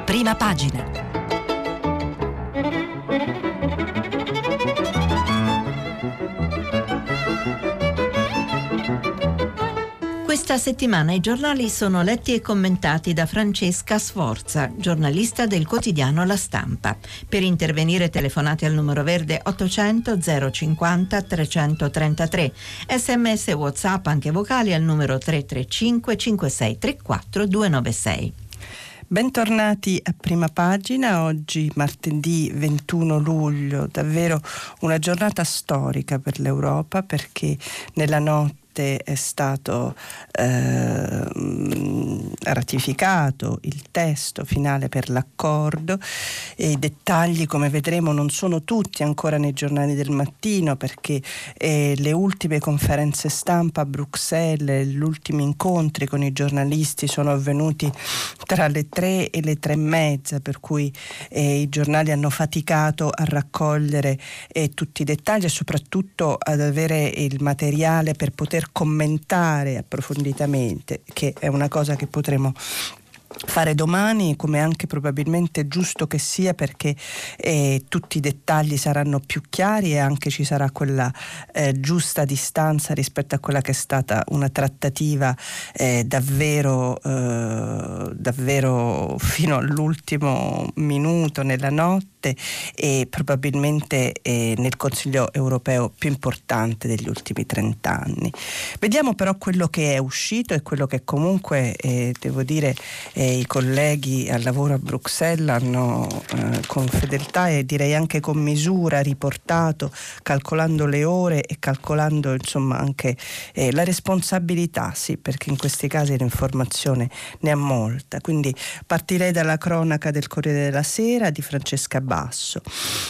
Prima pagina. Questa settimana i giornali sono letti e commentati da Francesca Sforza, giornalista del quotidiano La Stampa. Per intervenire telefonate al numero verde 800 050 333, sms e WhatsApp anche vocali al numero 335 5634 296. Bentornati a Prima Pagina, oggi martedì 21 luglio, davvero una giornata storica per l'Europa, perché nella notte è stato ratificato il testo finale per l'accordo e i dettagli, come vedremo, non sono tutti ancora nei giornali del mattino, perché le ultime conferenze stampa a Bruxelles, gli ultimi incontri con i giornalisti sono avvenuti tra le 3 e le 3:30, per cui i giornali hanno faticato a raccogliere tutti i dettagli e soprattutto ad avere il materiale per poter commentare approfonditamente, che è una cosa che potremo fare domani, come anche probabilmente giusto che sia, perché tutti i dettagli saranno più chiari e anche ci sarà quella giusta distanza rispetto a quella che è stata una trattativa davvero fino all'ultimo minuto nella notte, e probabilmente nel Consiglio europeo più importante degli ultimi 30 anni. Vediamo però quello che è uscito e quello che comunque devo dire i colleghi al lavoro a Bruxelles hanno con fedeltà e direi anche con misura riportato, calcolando le ore e calcolando insomma anche la responsabilità, sì, perché in questi casi l'informazione ne ha molta. Quindi partirei dalla cronaca del Corriere della Sera di Francesca Basso.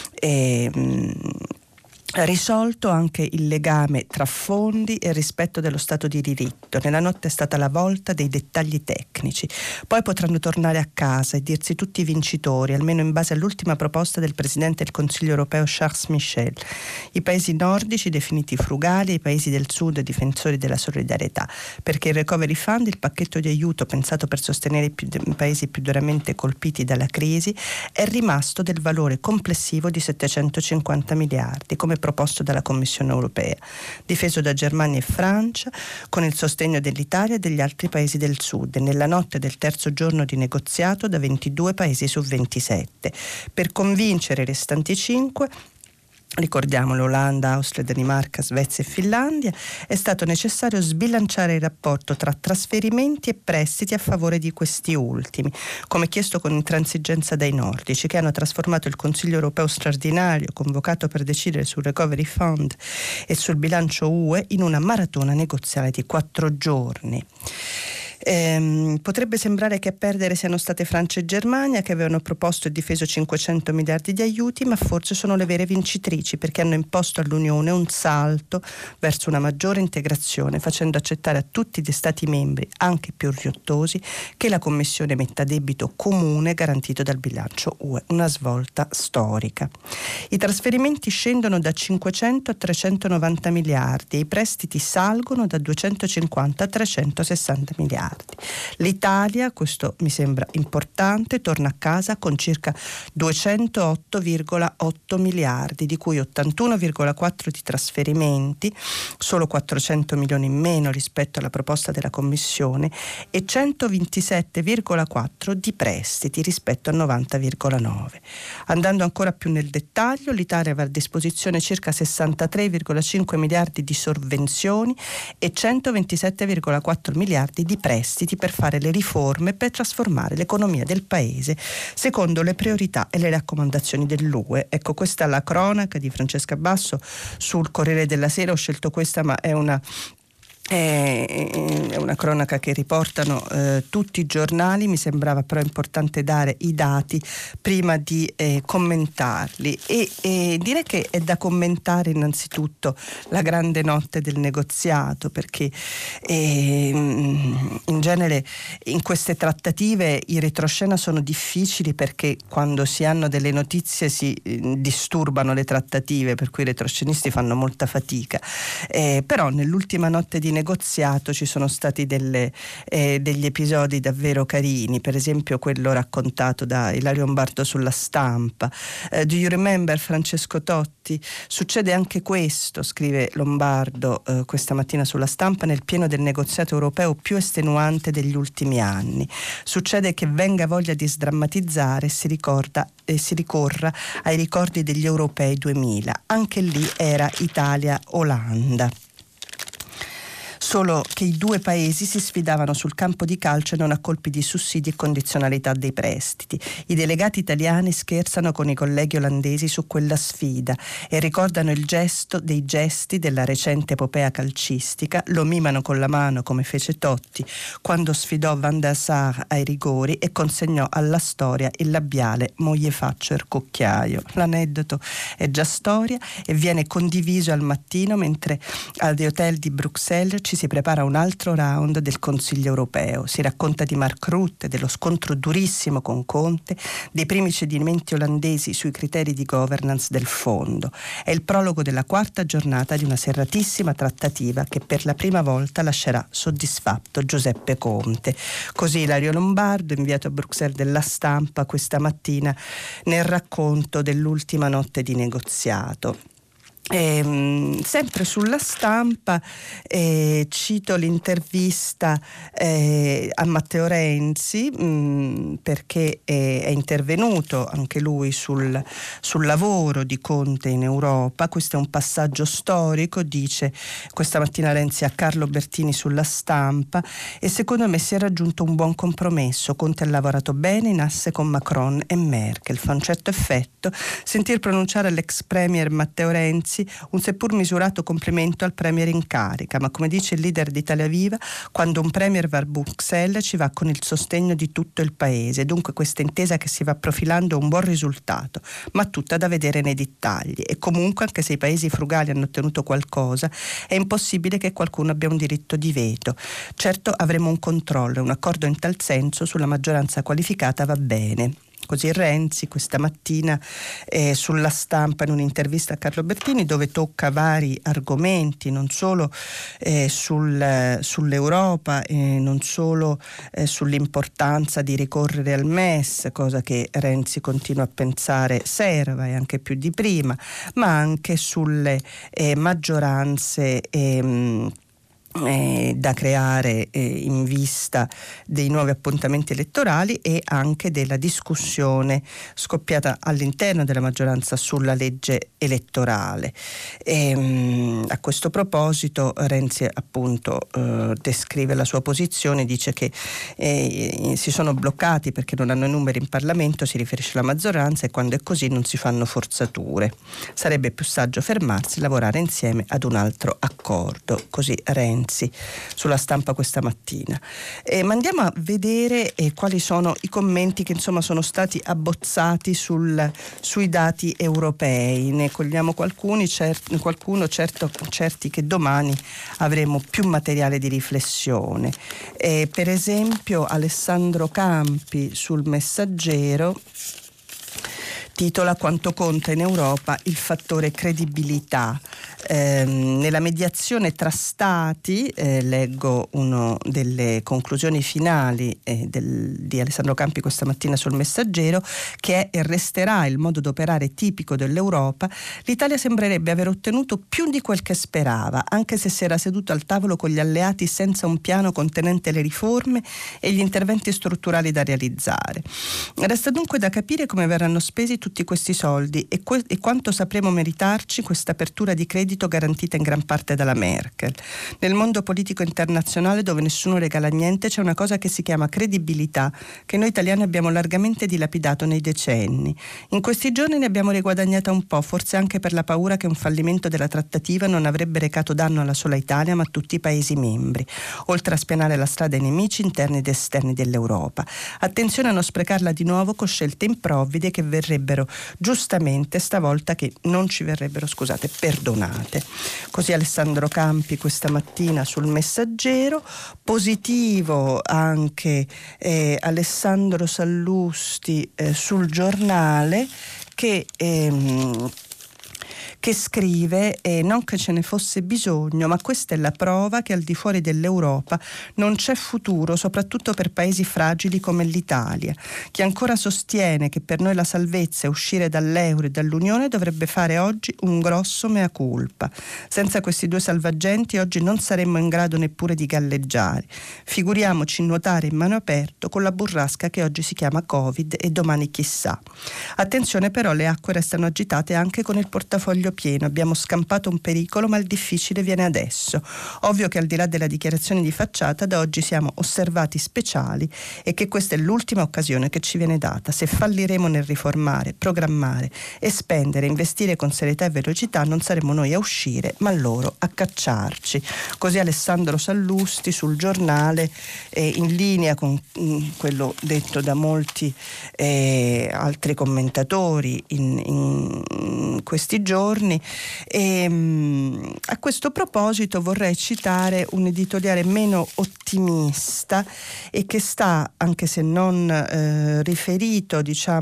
Risolto anche il legame tra fondi e rispetto dello Stato di diritto. Nella notte è stata la volta dei dettagli tecnici. Poi potranno tornare a casa e dirsi tutti vincitori, almeno in base all'ultima proposta del Presidente del Consiglio europeo Charles Michel. I paesi nordici definiti frugali e i paesi del sud difensori della solidarietà, perché il Recovery Fund, il pacchetto di aiuto pensato per sostenere i paesi più duramente colpiti dalla crisi, è rimasto del valore complessivo di 750 miliardi, come proposto dalla Commissione europea, difeso da Germania e Francia, con il sostegno dell'Italia e degli altri paesi del sud, e nella notte del terzo giorno di negoziato da 22 paesi su 27. Per convincere i restanti 5, ricordiamolo, Olanda, Austria, Danimarca, Svezia e Finlandia, è stato necessario sbilanciare il rapporto tra trasferimenti e prestiti a favore di questi ultimi, come chiesto con intransigenza dai nordici, che hanno trasformato il Consiglio europeo straordinario, convocato per decidere sul Recovery Fund e sul bilancio UE, in una maratona negoziale di 4 giorni. Potrebbe sembrare che a perdere siano state Francia e Germania, che avevano proposto e difeso 500 miliardi di aiuti, ma forse sono le vere vincitrici, perché hanno imposto all'Unione un salto verso una maggiore integrazione, facendo accettare a tutti gli Stati membri, anche più riottosi, che la Commissione metta debito comune garantito dal bilancio UE, una svolta storica. I trasferimenti scendono da 500 a 390 miliardi e i prestiti salgono da 250 a 360 miliardi. L'Italia, questo mi sembra importante, torna a casa con circa 208,8 miliardi, di cui 81,4 di trasferimenti, solo 400 milioni in meno rispetto alla proposta della Commissione, e 127,4 di prestiti rispetto a 90,9. Andando ancora più nel dettaglio, l'Italia avrà a disposizione circa 63,5 miliardi di sovvenzioni e 127,4 miliardi di prestiti per fare le riforme, per trasformare l'economia del paese secondo le priorità e le raccomandazioni dell'UE. Ecco, questa è la cronaca di Francesca Basso sul Corriere della Sera. Ho scelto questa, ma è una cronaca che riportano tutti i giornali. Mi sembrava però importante dare i dati prima di commentarli, e direi che è da commentare innanzitutto la grande notte del negoziato, perché in genere in queste trattative i retroscena sono difficili, perché quando si hanno delle notizie si disturbano le trattative, per cui i retroscenisti fanno molta fatica, però nell'ultima notte di negoziato ci sono stati degli episodi davvero carini, per esempio quello raccontato da Ilario Lombardo sulla Stampa. Do you remember Francesco Totti? Succede anche questo, scrive Lombardo questa mattina sulla Stampa, nel pieno del negoziato europeo più estenuante degli ultimi anni. Succede che venga voglia di sdrammatizzare e si ricorra ai ricordi degli europei 2000. Anche lì era Italia-Olanda. Solo che i due paesi si sfidavano sul campo di calcio e non a colpi di sussidi e condizionalità dei prestiti. I delegati italiani scherzano con i colleghi olandesi su quella sfida e ricordano il gesto dei gesti della recente epopea calcistica, lo mimano con la mano come fece Totti quando sfidò Van der Sar ai rigori e consegnò alla storia il labiale «Moglie faccio il cucchiaio». L'aneddoto è già storia e viene condiviso al mattino mentre agli hotel di Bruxelles ci si prepara un altro round del Consiglio europeo. Si racconta di Mark Rutte, dello scontro durissimo con Conte, dei primi cedimenti olandesi sui criteri di governance del fondo. È il prologo della quarta giornata di una serratissima trattativa che per la prima volta lascerà soddisfatto Giuseppe Conte. Così Ilario Lombardo, inviato a Bruxelles della Stampa questa mattina nel racconto dell'ultima notte di negoziato. Sempre sulla Stampa cito l'intervista a Matteo Renzi perché è intervenuto anche lui sul lavoro di Conte in Europa. Questo è un passaggio storico, dice questa mattina Renzi a Carlo Bertini sulla Stampa, e secondo me si è raggiunto un buon compromesso. Conte ha lavorato bene in asse con Macron e Merkel. Fa un certo effetto sentir pronunciare l'ex premier Matteo Renzi un seppur misurato complimento al premier in carica, ma come dice il leader di Italia Viva, quando un premier va a Bruxelles ci va con il sostegno di tutto il paese. Dunque questa intesa che si va profilando è un buon risultato, ma tutta da vedere nei dettagli. E comunque, anche se i paesi frugali hanno ottenuto qualcosa, è impossibile che qualcuno abbia un diritto di veto. Certo avremo un controllo, un accordo in tal senso sulla maggioranza qualificata va bene. Così Renzi questa mattina sulla Stampa in un'intervista a Carlo Bertini, dove tocca vari argomenti, non solo sull'Europa, non solo sull'importanza di ricorrere al MES, cosa che Renzi continua a pensare serva e anche più di prima, ma anche sulle maggioranze da creare in vista dei nuovi appuntamenti elettorali e anche della discussione scoppiata all'interno della maggioranza sulla legge elettorale. A questo proposito Renzi appunto descrive la sua posizione, dice che si sono bloccati perché non hanno i numeri in Parlamento, si riferisce alla maggioranza, e quando è così non si fanno forzature. Sarebbe più saggio fermarsi e lavorare insieme ad un altro accordo. Così Renzi sulla Stampa questa mattina. Ma andiamo a vedere quali sono i commenti che insomma sono stati abbozzati sui dati europei. Ne cogliamo qualcuno, certi che domani avremo più materiale di riflessione. Per esempio Alessandro Campi sul Messaggero titola «Quanto conta in Europa il fattore credibilità». Nella mediazione tra stati, leggo una delle conclusioni finali di Alessandro Campi questa mattina sul Messaggero, che è e resterà il modo d'operare tipico dell'Europa. L'Italia sembrerebbe aver ottenuto più di quel che sperava, anche se si era seduto al tavolo con gli alleati senza un piano contenente le riforme e gli interventi strutturali da realizzare. Resta dunque da capire come verranno spesi tutti questi soldi e quanto sapremo meritarci questa apertura di credito garantita in gran parte dalla Merkel. Nel mondo politico internazionale, dove nessuno regala niente, c'è una cosa che si chiama credibilità, che noi italiani abbiamo largamente dilapidato nei decenni. In questi giorni ne abbiamo riguadagnata un po', forse anche per la paura che un fallimento della trattativa non avrebbe recato danno alla sola Italia ma a tutti i Paesi membri, oltre a spianare la strada ai nemici interni ed esterni dell'Europa. Attenzione a non sprecarla di nuovo con scelte improvvide che verrebbero giustamente stavolta perdonate. Così Alessandro Campi questa mattina sul Messaggero. Positivo anche Alessandro Sallusti sul Giornale, che che scrive non che ce ne fosse bisogno, ma questa è la prova che al di fuori dell'Europa non c'è futuro, soprattutto per paesi fragili come l'Italia. Chi ancora sostiene che per noi la salvezza è uscire dall'euro e dall'Unione dovrebbe fare oggi un grosso mea culpa. Senza questi due salvagenti oggi non saremmo in grado neppure di galleggiare. Figuriamoci nuotare in mano aperto con la burrasca che oggi si chiama Covid e domani chissà. Attenzione però, le acque restano agitate anche con il portafoglio pieno. Abbiamo scampato un pericolo, ma il difficile viene adesso. Ovvio che al di là della dichiarazione di facciata, da oggi siamo osservati speciali e che questa è l'ultima occasione che ci viene data. Se falliremo nel riformare, programmare e spendere, investire con serietà e velocità, non saremo noi a uscire, ma loro a cacciarci. Così Alessandro Sallusti sul Giornale, in linea con quello detto da molti altri commentatori in questi giorni. A questo proposito vorrei citare un editoriale meno ottimista e che sta, anche se non riferito,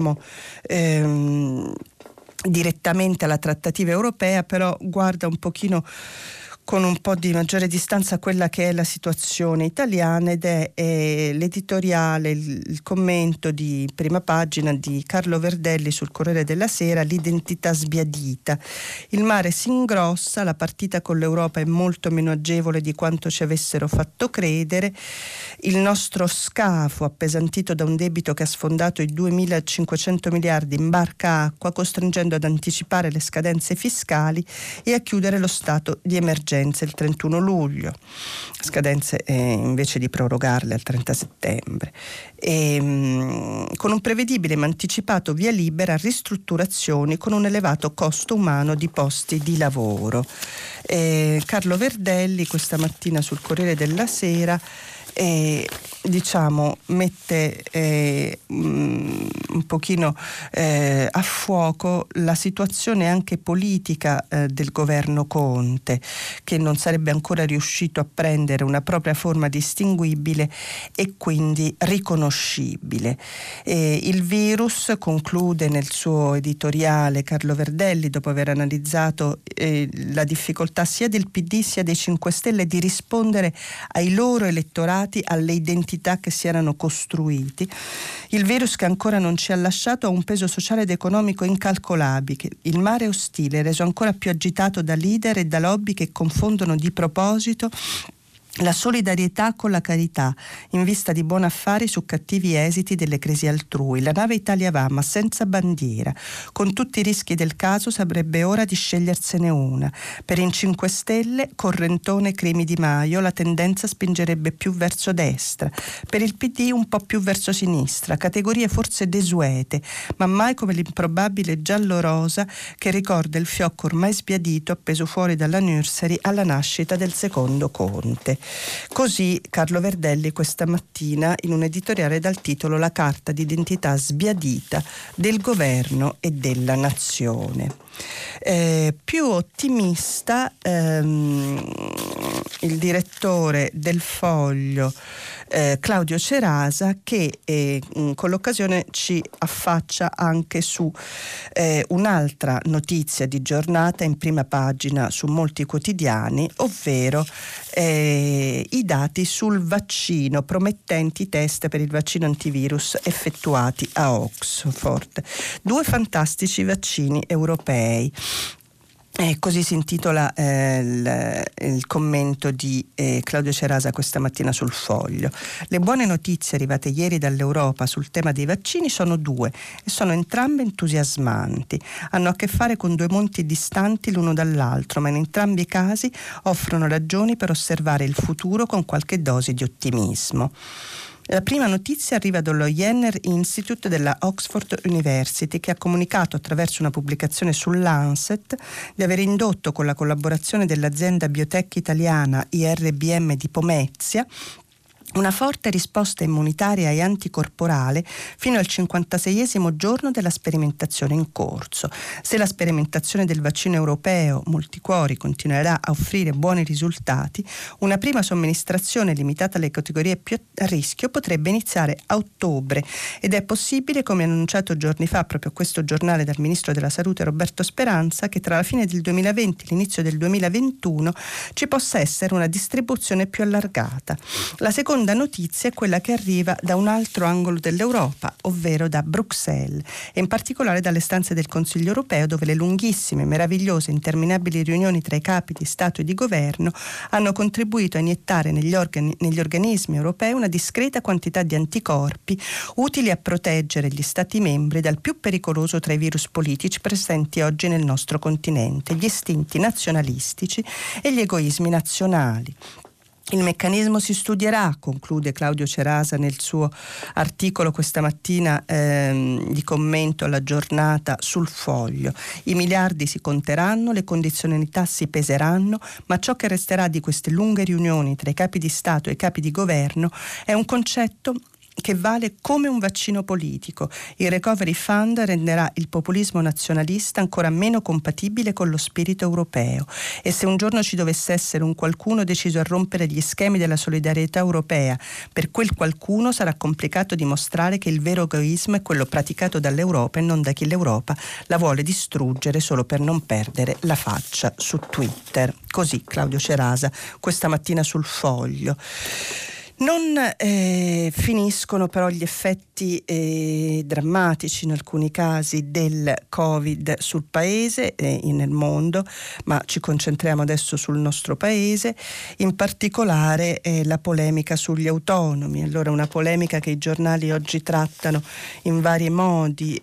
direttamente alla trattativa europea, però guarda un pochino con un po' di maggiore distanza a quella che è la situazione italiana, ed è l'editoriale, il commento di prima pagina di Carlo Verdelli sul Corriere della Sera, L'identità sbiadita. Il mare si ingrossa, la partita con l'Europa è molto meno agevole di quanto ci avessero fatto credere, il nostro scafo, appesantito da un debito che ha sfondato i 2.500 miliardi, imbarca acqua, costringendo ad anticipare le scadenze fiscali e a chiudere lo stato di emergenza il 31 luglio, scadenze invece di prorogarle al 30 settembre, con un prevedibile ma anticipato via libera a ristrutturazioni con un elevato costo umano di posti di lavoro. Carlo Verdelli questa mattina sul Corriere della Sera mette un pochino a fuoco la situazione anche politica del governo Conte, che non sarebbe ancora riuscito a prendere una propria forma distinguibile e quindi riconoscibile. Il virus, conclude nel suo editoriale Carlo Verdelli, dopo aver analizzato la difficoltà sia del PD sia dei 5 Stelle di rispondere ai loro elettorati, alle identità che si erano costruiti. Il virus che ancora non ci ha lasciato ha un peso sociale ed economico incalcolabile. Il mare ostile, reso ancora più agitato da leader e da lobby che confondono di proposito la solidarietà con la carità, in vista di buoni affari su cattivi esiti delle crisi altrui. La nave Italia va, ma senza bandiera. Con tutti i rischi del caso sarebbe ora di scegliersene una. Per i 5 Stelle, Correntone, Crimi, Di Maio, la tendenza spingerebbe più verso destra. Per il PD un po' più verso sinistra, categorie forse desuete, ma mai come l'improbabile giallo-rosa che ricorda il fiocco ormai sbiadito appeso fuori dalla nursery alla nascita del secondo Conte. Così Carlo Verdelli questa mattina in un editoriale dal titolo La carta d'identità sbiadita del governo e della nazione. Più ottimista il direttore del Foglio Claudio Cerasa, che con l'occasione ci affaccia anche su un'altra notizia di giornata in prima pagina su molti quotidiani, ovvero i dati sul vaccino, promettenti test per il vaccino antivirus effettuati a Oxford. 2 fantastici vaccini europei. Così si intitola il commento di Claudio Cerasa questa mattina sul Foglio. Le buone notizie arrivate ieri dall'Europa sul tema dei vaccini sono 2 e sono entrambe entusiasmanti. Hanno a che fare con 2 monti distanti l'uno dall'altro, ma in entrambi i casi offrono ragioni per osservare il futuro con qualche dose di ottimismo. La prima notizia arriva dallo Jenner Institute della Oxford University, che ha comunicato attraverso una pubblicazione sul Lancet di aver indotto, con la collaborazione dell'azienda biotech italiana IRBM di Pomezia, una forte risposta immunitaria e anticorporale fino al 56esimo giorno della sperimentazione in corso. Se la sperimentazione del vaccino europeo multicuori continuerà a offrire buoni risultati, una prima somministrazione limitata alle categorie più a rischio potrebbe iniziare a ottobre ed è possibile, come annunciato giorni fa proprio questo giornale dal Ministro della Salute Roberto Speranza, che tra la fine del 2020 e l'inizio del 2021 ci possa essere una distribuzione più allargata. La seconda notizia è quella che arriva da un altro angolo dell'Europa, ovvero da Bruxelles, e in particolare dalle stanze del Consiglio europeo, dove le lunghissime, meravigliose, interminabili riunioni tra i capi di Stato e di Governo hanno contribuito a iniettare negli organismi europei una discreta quantità di anticorpi utili a proteggere gli Stati membri dal più pericoloso tra i virus politici presenti oggi nel nostro continente, gli istinti nazionalistici e gli egoismi nazionali. Il meccanismo si studierà, conclude Claudio Cerasa nel suo articolo questa mattina di commento alla giornata sul Foglio. I miliardi si conteranno, le condizionalità si peseranno, ma ciò che resterà di queste lunghe riunioni tra i capi di Stato e i capi di governo è un concetto che vale come un vaccino politico. Il Recovery Fund renderà il populismo nazionalista ancora meno compatibile con lo spirito europeo, e se un giorno ci dovesse essere un qualcuno deciso a rompere gli schemi della solidarietà europea, per quel qualcuno sarà complicato dimostrare che il vero egoismo è quello praticato dall'Europa e non da chi l'Europa la vuole distruggere solo per non perdere la faccia su Twitter. Così Claudio Cerasa questa mattina sul Foglio. Non finiscono però gli effetti drammatici in alcuni casi del Covid sul paese e nel mondo, ma ci concentriamo adesso sul nostro paese, in particolare la polemica sugli autonomi. Allora, una polemica che i giornali oggi trattano in vari modi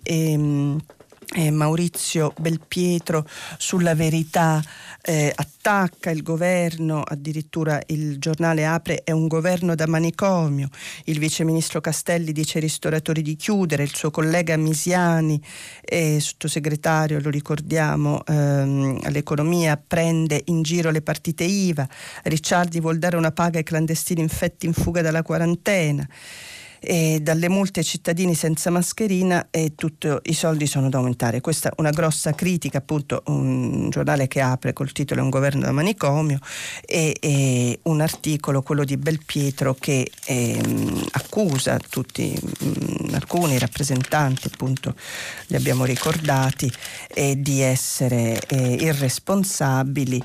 Maurizio Belpietro sulla Verità attacca il governo, addirittura il giornale apre: è un governo da manicomio. Il viceministro Castelli dice ai ristoratori di chiudere, il suo collega Misiani, sottosegretario, lo ricordiamo, all'economia, prende in giro le partite IVA. Ricciardi vuol dare una paga ai clandestini infetti in fuga dalla quarantena. E dalle multe ai cittadini senza mascherina, e tutti i soldi sono da aumentare. Questa è una grossa critica, appunto, un giornale che apre col titolo "È un governo da manicomio", e un articolo, quello di Belpietro, che accusa alcuni rappresentanti, appunto li abbiamo ricordati, di essere irresponsabili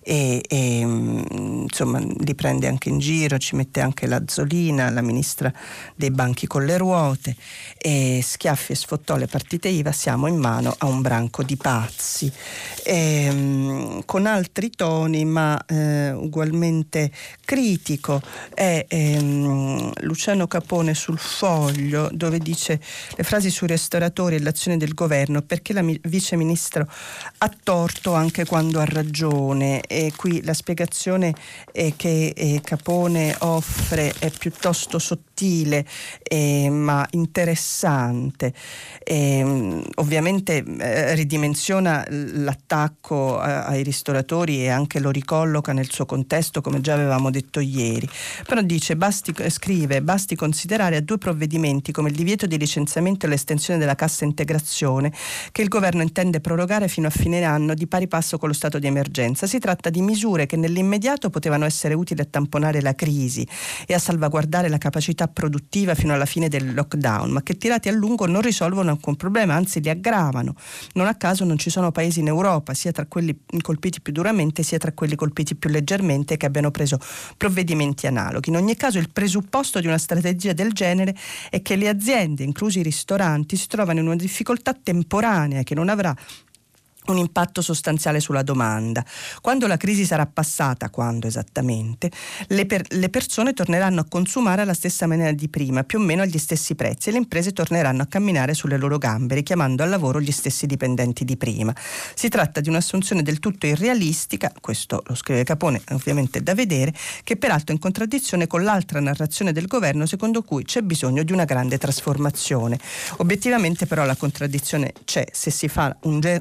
insomma li prende anche in giro, ci mette anche Lazzolina, la ministra dei banchi con le ruote, schiaffi e sfottò le partite IVA, siamo in mano a un branco di pazzi, con altri toni ma ugualmente critico è Luciano Capone sul Foglio, dove dice: le frasi sui ristoratori e l'azione del governo, perché la vice ministro ha torto anche quando ha ragione. E qui la spiegazione che Capone offre è piuttosto sottile ma interessante. Ovviamente ridimensiona l'attacco ai ristoratori e anche lo ricolloca nel suo contesto, come già avevamo detto ieri, però dice: basti considerare a 2 provvedimenti come il divieto di licenziamento e l'estensione della cassa integrazione che il governo intende prorogare fino a fine anno di pari passo con lo stato di emergenza. Si tratta di misure che nell'immediato potevano essere utili a tamponare la crisi e a salvaguardare la capacità produttiva fino alla fine del lockdown, ma che tirati a lungo non risolvono alcun problema, anzi li aggravano. Non a caso non ci sono paesi in Europa, sia tra quelli colpiti più duramente sia tra quelli colpiti più leggermente, che abbiano preso provvedimenti analoghi. In ogni caso, il presupposto di una strategia del genere è che le aziende, inclusi i ristoranti, si trovano in una difficoltà temporanea che non avrà un impatto sostanziale sulla domanda. Quando la crisi sarà passata, quando esattamente, le persone torneranno a consumare alla stessa maniera di prima, più o meno agli stessi prezzi, e le imprese torneranno a camminare sulle loro gambe, richiamando al lavoro gli stessi dipendenti di prima. Si tratta di un'assunzione del tutto irrealistica, questo lo scrive Capone, ovviamente da vedere, che peraltro è in contraddizione con l'altra narrazione del governo secondo cui c'è bisogno di una grande trasformazione. Obiettivamente però la contraddizione c'è se si fa un certo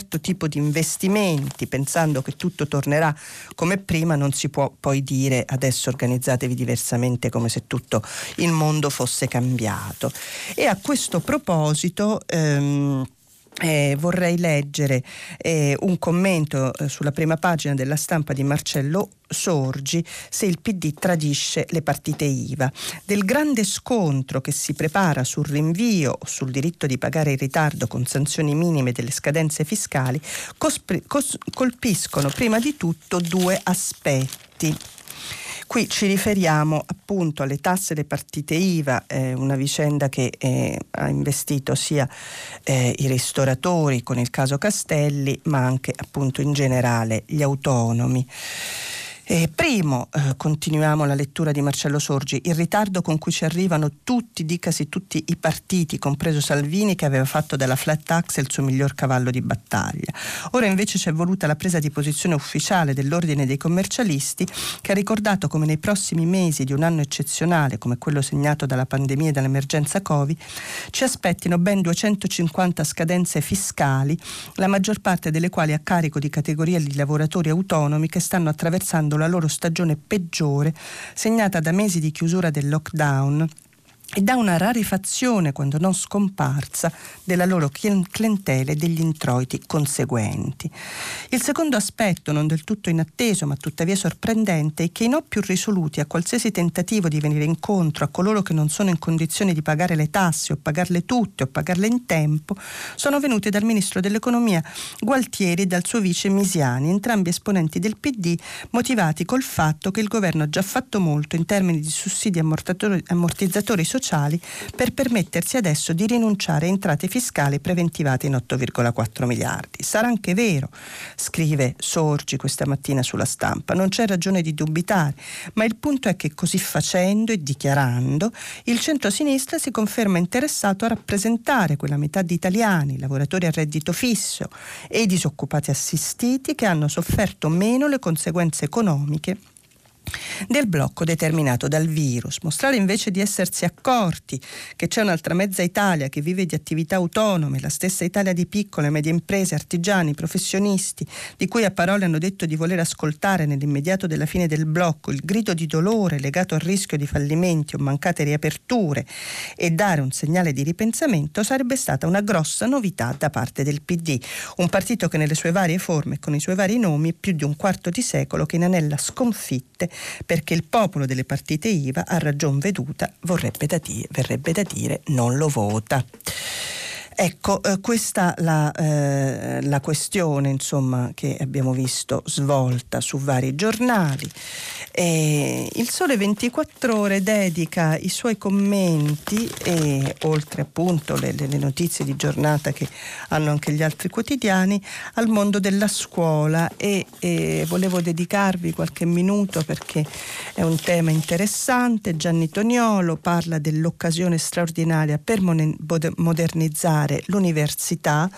certo tipo di investimenti, pensando che tutto tornerà come prima, non si può poi dire adesso organizzatevi diversamente come se tutto il mondo fosse cambiato. E a questo proposito vorrei leggere un commento sulla prima pagina della Stampa di Marcello Sorgi, se il PD tradisce le partite IVA, del grande scontro che si prepara sul rinvio o sul diritto di pagare in ritardo con sanzioni minime delle scadenze fiscali. Colpiscono prima di tutto due aspetti. Qui ci riferiamo appunto alle tasse delle partite IVA, una vicenda che ha investito sia i ristoratori con il caso Castelli, ma anche appunto in generale gli autonomi. Primo, continuiamo la lettura di Marcello Sorgi, il ritardo con cui ci arrivano dicasi tutti i partiti, compreso Salvini, che aveva fatto della flat tax il suo miglior cavallo di battaglia. Ora invece c'è voluta la presa di posizione ufficiale dell'Ordine dei commercialisti, che ha ricordato come nei prossimi mesi di un anno eccezionale come quello segnato dalla pandemia e dall'emergenza Covid ci aspettino ben 250 scadenze fiscali, la maggior parte delle quali a carico di categorie di lavoratori autonomi che stanno attraversando la loro stagione peggiore, segnata da mesi di chiusura del lockdown e da una rarefazione, quando non scomparsa, della loro clientela e degli introiti conseguenti. Il secondo aspetto, non del tutto inatteso ma tuttavia sorprendente, è che i no più risoluti a qualsiasi tentativo di venire incontro a coloro che non sono in condizione di pagare le tasse o pagarle tutte o pagarle in tempo sono venuti dal ministro dell'economia Gualtieri e dal suo vice Misiani, entrambi esponenti del PD, motivati col fatto che il governo ha già fatto molto in termini di sussidi ammortizzatori sociali per permettersi adesso di rinunciare a entrate fiscali preventivate in 8,4 miliardi. Sarà anche vero, scrive Sorgi questa mattina sulla Stampa, non c'è ragione di dubitare, ma il punto è che così facendo e dichiarando il centro-sinistra si conferma interessato a rappresentare quella metà di italiani, lavoratori a reddito fisso e i disoccupati assistiti, che hanno sofferto meno le conseguenze economiche del blocco determinato dal virus. Mostrare invece di essersi accorti che c'è un'altra mezza Italia che vive di attività autonome, la stessa Italia di piccole e medie imprese, artigiani, professionisti, di cui a parole hanno detto di voler ascoltare nell'immediato della fine del blocco il grido di dolore legato al rischio di fallimenti o mancate riaperture e dare un segnale di ripensamento, sarebbe stata una grossa novità da parte del PD, un partito che nelle sue varie forme e con i suoi vari nomi è più di un quarto di secolo che inanella sconfitte perché il popolo delle partite IVA, a ragion veduta, verrebbe da dire non lo vota. Ecco, questa la questione, insomma, che abbiamo visto svolta su vari giornali. Il Sole 24 Ore dedica i suoi commenti, oltre appunto le notizie di giornata che hanno anche gli altri quotidiani, al mondo della scuola e volevo dedicarvi qualche minuto perché è un tema interessante. Gianni Toniolo parla dell'occasione straordinaria per modernizzare l'università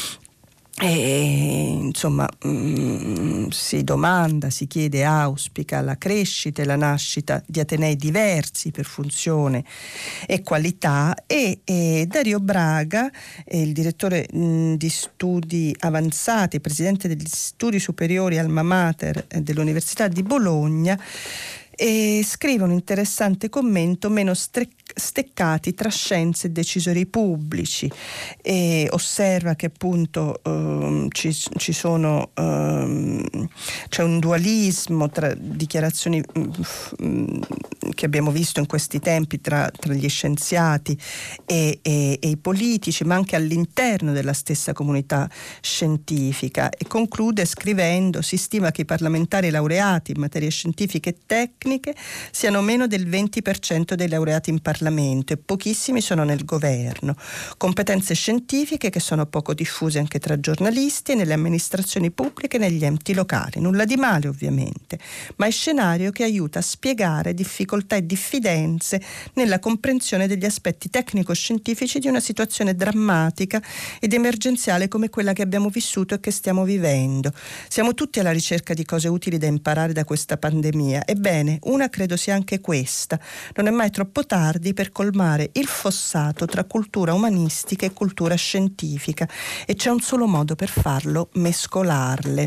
e insomma si domanda, si chiede, auspica la crescita e la nascita di atenei diversi per funzione e qualità e Dario Braga, il direttore di studi avanzati, presidente degli studi superiori Alma Mater dell'Università di Bologna, e scrive un interessante commento: meno steccati tra scienze e decisori pubblici, e osserva che appunto ci sono c'è un dualismo tra dichiarazioni che abbiamo visto in questi tempi tra gli scienziati e i politici, ma anche all'interno della stessa comunità scientifica, e conclude scrivendo: si stima che i parlamentari laureati in materie scientifiche e tecniche siano meno del 20% dei laureati in Parlamento e pochissimi sono nel governo. Competenze scientifiche che sono poco diffuse anche tra giornalisti e nelle amministrazioni pubbliche e negli enti locali. Nulla di male ovviamente, ma è scenario che aiuta a spiegare difficoltà e diffidenze nella comprensione degli aspetti tecnico-scientifici di una situazione drammatica ed emergenziale come quella che abbiamo vissuto e che stiamo vivendo. Siamo tutti alla ricerca di cose utili da imparare da questa pandemia. Ebbene, una credo sia anche questa. Non è mai troppo tardi modi per colmare il fossato tra cultura umanistica e cultura scientifica, e c'è un solo modo per farlo: mescolarle.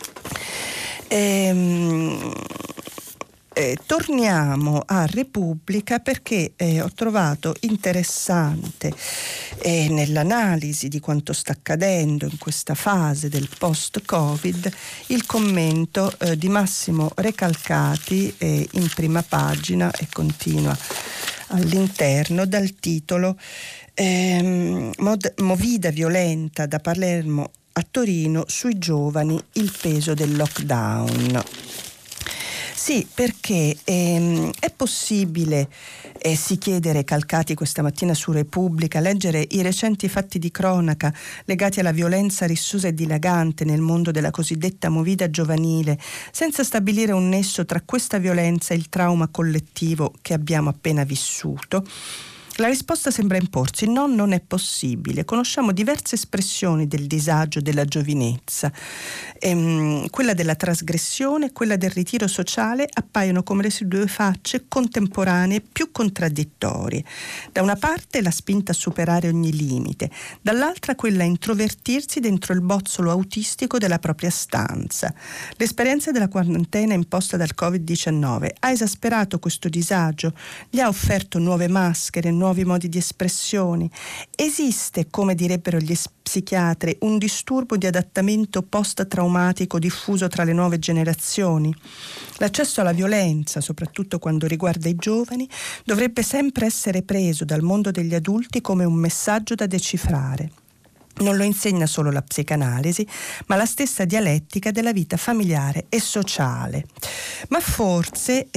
Torniamo a Repubblica perché ho trovato interessante nell'analisi di quanto sta accadendo in questa fase del post-Covid il commento di Massimo Recalcati in prima pagina, e continua all'interno dal titolo Movida violenta da Palermo a Torino, sui giovani il peso del lockdown. Sì, perché è possibile, si chiede Recalcati questa mattina su Repubblica, leggere i recenti fatti di cronaca legati alla violenza rissusa e dilagante nel mondo della cosiddetta movida giovanile, senza stabilire un nesso tra questa violenza e il trauma collettivo che abbiamo appena vissuto? La risposta sembra imporsi: no, non è possibile. Conosciamo diverse espressioni del disagio della giovinezza. Quella della trasgressione e quella del ritiro sociale appaiono come le due facce contemporanee più contraddittorie. Da una parte la spinta a superare ogni limite, dall'altra quella a introvertirsi dentro il bozzolo autistico della propria stanza. L'esperienza della quarantena imposta dal Covid-19 ha esasperato questo disagio, gli ha offerto nuove maschere, nuovi modi di espressione. Esiste, come direbbero gli psichiatri, un disturbo di adattamento post-traumatico diffuso tra le nuove generazioni. L'accesso alla violenza, soprattutto quando riguarda i giovani, dovrebbe sempre essere preso dal mondo degli adulti come un messaggio da decifrare. Non lo insegna solo la psicanalisi, ma la stessa dialettica della vita familiare e sociale. Ma forse,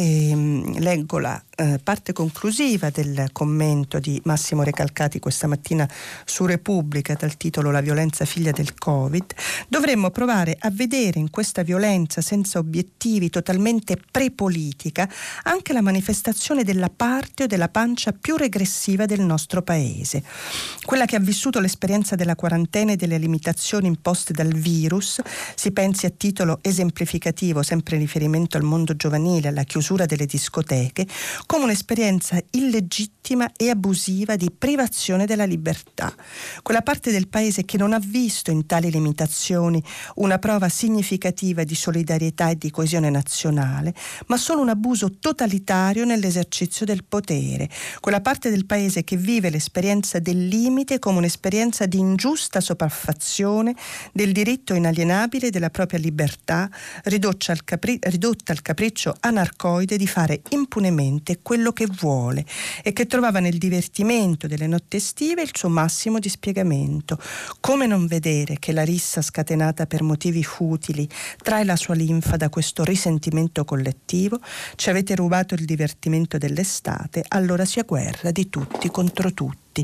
leggo la parte conclusiva del commento di Massimo Recalcati questa mattina su Repubblica dal titolo La violenza figlia del Covid, dovremmo provare a vedere in questa violenza senza obiettivi, totalmente prepolitica, anche la manifestazione della parte o della pancia più regressiva del nostro paese, quella che ha vissuto l'esperienza della quarantena e delle limitazioni imposte dal virus. Si pensi a titolo esemplificativo, sempre in riferimento al mondo giovanile, alla chiusura delle discoteche, come un'esperienza illegittima e abusiva di privazione della libertà. Quella parte del paese che non ha visto in tali limitazioni una prova significativa di solidarietà e di coesione nazionale, ma solo un abuso totalitario nell'esercizio del potere. Quella parte del paese che vive l'esperienza del limite come un'esperienza di ingiusta sopraffazione del diritto inalienabile della propria libertà, ridotta al capriccio anarcoide di fare impunemente quello che vuole, e che trovava nel divertimento delle notti estive il suo massimo dispiegamento. Come non vedere che la rissa scatenata per motivi futili trae la sua linfa da questo risentimento collettivo? Ci avete rubato il divertimento dell'estate, allora sia guerra di tutti contro tutti.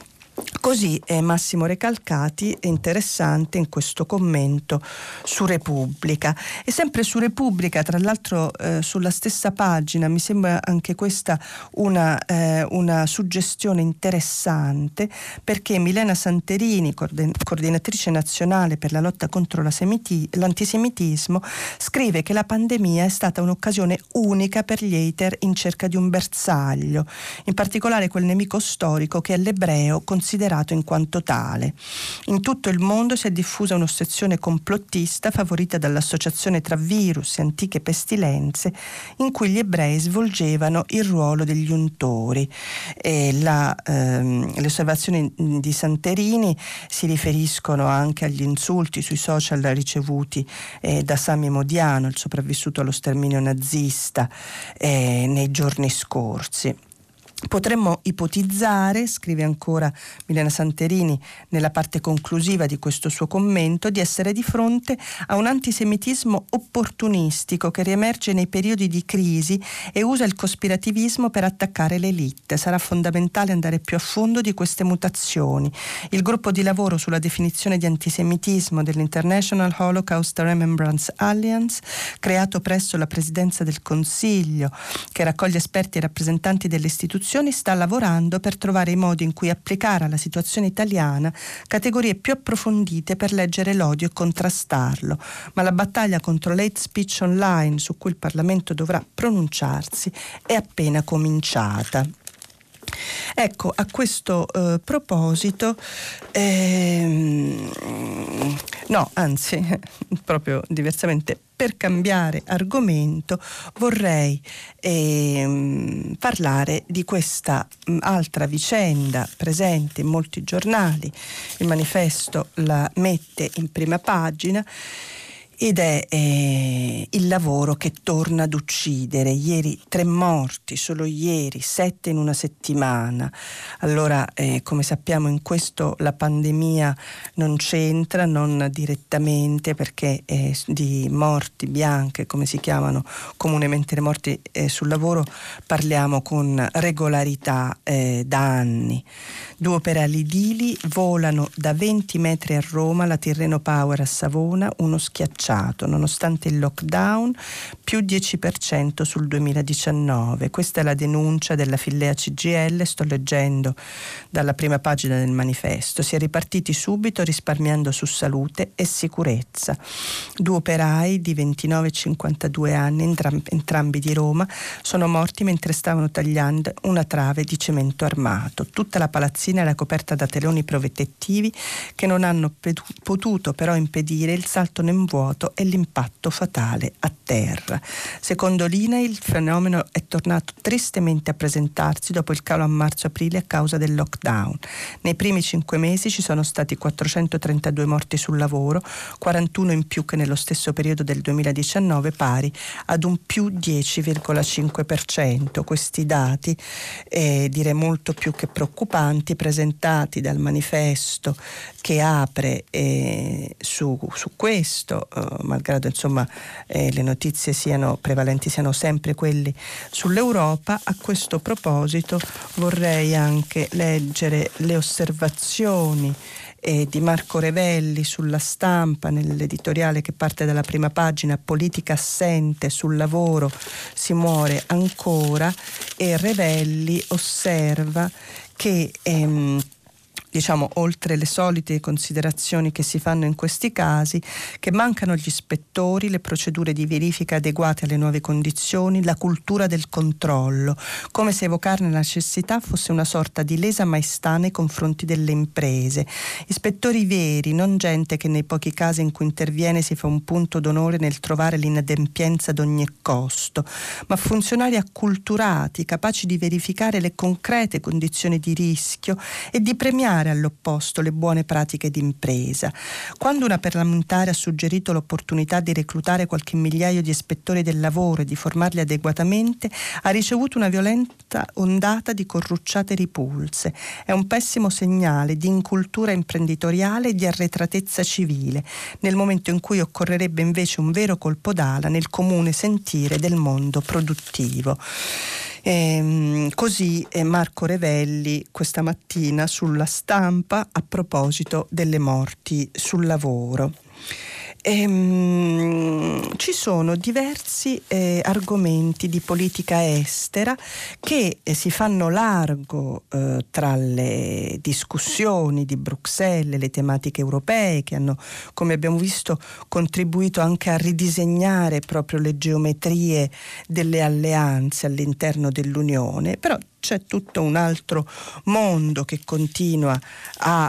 Così è Massimo Recalcati, interessante in questo commento su Repubblica. E sempre su Repubblica, tra l'altro sulla stessa pagina, mi sembra anche questa una suggestione interessante, perché Milena Santerini, coordinatrice nazionale per la lotta contro l'antisemitismo, scrive che la pandemia è stata un'occasione unica per gli hater in cerca di un bersaglio, in particolare quel nemico storico che è l'ebreo considerato in quanto tale. In tutto il mondo si è diffusa un'ossessione complottista favorita dall'associazione tra virus e antiche pestilenze, in cui gli ebrei svolgevano il ruolo degli untori. Le osservazioni di Santerini si riferiscono anche agli insulti sui social ricevuti da Sami Modiano, il sopravvissuto allo sterminio nazista, nei giorni scorsi. Potremmo ipotizzare, scrive ancora Milena Santerini nella parte conclusiva di questo suo commento, di essere di fronte a un antisemitismo opportunistico che riemerge nei periodi di crisi e usa il cospirativismo per attaccare l'élite. Sarà fondamentale andare più a fondo di queste mutazioni. Il gruppo di lavoro sulla definizione di antisemitismo dell'International Holocaust Remembrance Alliance, creato presso la Presidenza del Consiglio, che raccoglie esperti e rappresentanti delle istituzioni, sta lavorando per trovare i modi in cui applicare alla situazione italiana categorie più approfondite per leggere l'odio e contrastarlo, ma la battaglia contro l'hate speech online, su cui il Parlamento dovrà pronunciarsi, è appena cominciata. Ecco, a questo proposito, no, anzi, proprio diversamente, per cambiare argomento vorrei parlare di questa altra vicenda presente in molti giornali. Il Manifesto la mette in prima pagina ed è il lavoro che torna ad uccidere. Ieri 3 morti, solo ieri 7 in una settimana. Allora, come sappiamo, in questo la pandemia non c'entra, non direttamente, perché di morti bianche, come si chiamano comunemente le morti sul lavoro, parliamo con regolarità da anni. 2 operai edili volano da 20 metri a Roma, la Tirreno Power a Savona, uno schiacciato, nonostante il lockdown, più 10% sul 2019. Questa è la denuncia della Fillea CGIL, sto leggendo dalla prima pagina del Manifesto. Si è ripartiti subito risparmiando su salute e sicurezza. 2 operai di 29 e 52 anni, entrambi di Roma, sono morti mentre stavano tagliando una trave di cemento armato. Tutta la palazzina era coperta da teloni protettivi che non hanno potuto però impedire il salto nel vuoto e l'impatto fatale a terra. Secondo l'INAIL il fenomeno è tornato tristemente a presentarsi dopo il calo a marzo-aprile a causa del lockdown. Nei primi 5 mesi ci sono stati 432 morti sul lavoro, 41 in più che nello stesso periodo del 2019, pari ad un più 10,5%. Questi dati, direi molto più che preoccupanti, presentati dal Manifesto, che apre su questo, malgrado insomma le notizie siano prevalenti, siano sempre quelli sull'Europa. A questo proposito vorrei anche leggere le osservazioni di Marco Revelli sulla Stampa, nell'editoriale che parte dalla prima pagina: politica assente, sul lavoro si muore ancora. E Revelli osserva che diciamo, oltre le solite considerazioni che si fanno in questi casi, che mancano gli ispettori, le procedure di verifica adeguate alle nuove condizioni, la cultura del controllo, come se evocarne la necessità fosse una sorta di lesa maestà nei confronti delle imprese. Ispettori veri, non gente che nei pochi casi in cui interviene si fa un punto d'onore nel trovare l'inadempienza ad ogni costo, ma funzionari acculturati, capaci di verificare le concrete condizioni di rischio e di premiare all'opposto le buone pratiche d'impresa. Quando una parlamentare ha suggerito l'opportunità di reclutare qualche migliaio di ispettori del lavoro e di formarli adeguatamente, ha ricevuto una violenta ondata di corrucciate ripulse. È un pessimo segnale di incultura imprenditoriale e di arretratezza civile, nel momento in cui occorrerebbe invece un vero colpo d'ala nel comune sentire del mondo produttivo. Così Marco Revelli questa mattina sulla Stampa a proposito delle morti sul lavoro. Ci sono diversi argomenti di politica estera che si fanno largo tra le discussioni di Bruxelles, le tematiche europee, che hanno, come abbiamo visto, contribuito anche a ridisegnare proprio le geometrie delle alleanze all'interno dell'Unione. Però c'è tutto un altro mondo che continua a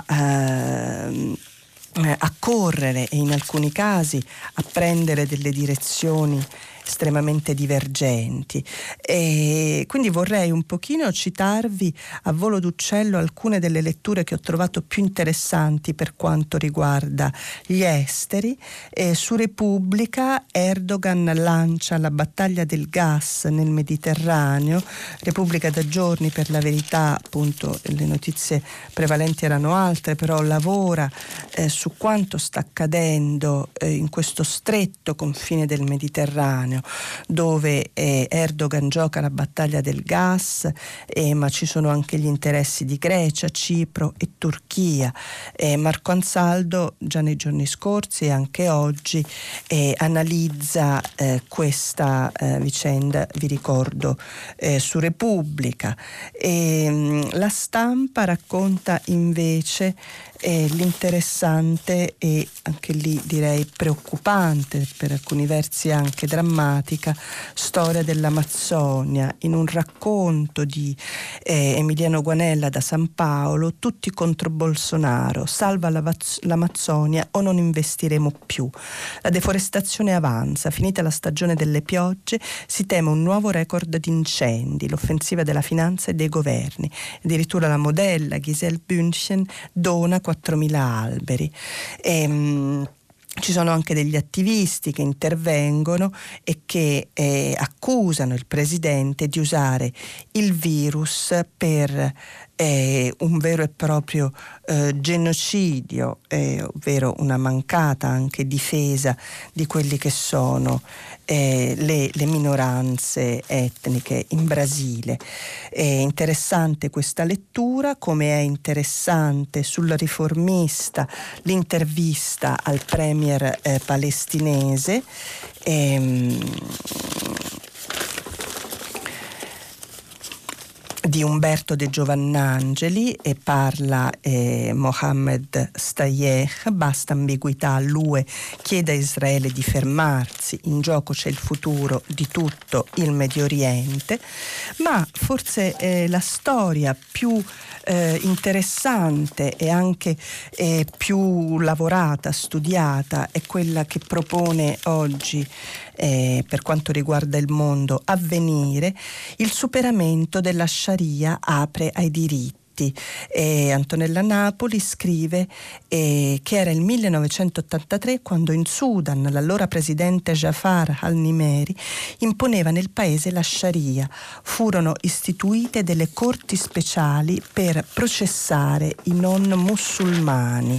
correre e in alcuni casi a prendere delle direzioni estremamente divergenti. E quindi vorrei un pochino citarvi a volo d'uccello alcune delle letture che ho trovato più interessanti per quanto riguarda gli esteri. Su Repubblica, Erdogan lancia la battaglia del gas nel Mediterraneo. Repubblica da giorni, per la verità, appunto le notizie prevalenti erano altre, però lavora su quanto sta accadendo in questo stretto confine del Mediterraneo, dove Erdogan gioca la battaglia del gas, ma ci sono anche gli interessi di Grecia, Cipro e Turchia. Marco Ansaldo già nei giorni scorsi e anche oggi analizza questa vicenda, vi ricordo, su Repubblica. La Stampa racconta invece l'interessante e anche lì direi preoccupante, per alcuni versi anche drammatico, drammatica storia dell'Amazzonia, in un racconto di Emiliano Guanella da San Paolo, tutti contro Bolsonaro, salva l'Amazzonia o non investiremo più. La deforestazione avanza, finita la stagione delle piogge, si teme un nuovo record di incendi, l'offensiva della finanza e dei governi. Addirittura la modella Giselle Bündchen dona 4.000 alberi. Ci sono anche degli attivisti che intervengono e che accusano il presidente di usare il virus per un vero e proprio genocidio, ovvero una mancata anche difesa di quelli che sono le minoranze etniche in Brasile. È interessante questa lettura, come è interessante sul Riformista l'intervista al premier palestinese di Umberto De Giovannangeli, e parla Mohammed Stayeh, basta ambiguità, l'UE chiede a Israele di fermarsi, in gioco c'è il futuro di tutto il Medio Oriente, ma forse la storia più interessante e anche più lavorata, studiata, è quella che propone oggi per quanto riguarda il mondo Avvenire, il superamento della Sharia apre ai diritti. Antonella Napoli scrive che era il 1983 quando in Sudan l'allora presidente Jafar al-Nimeri imponeva nel paese la Sharia. Furono istituite delle corti speciali per processare i non musulmani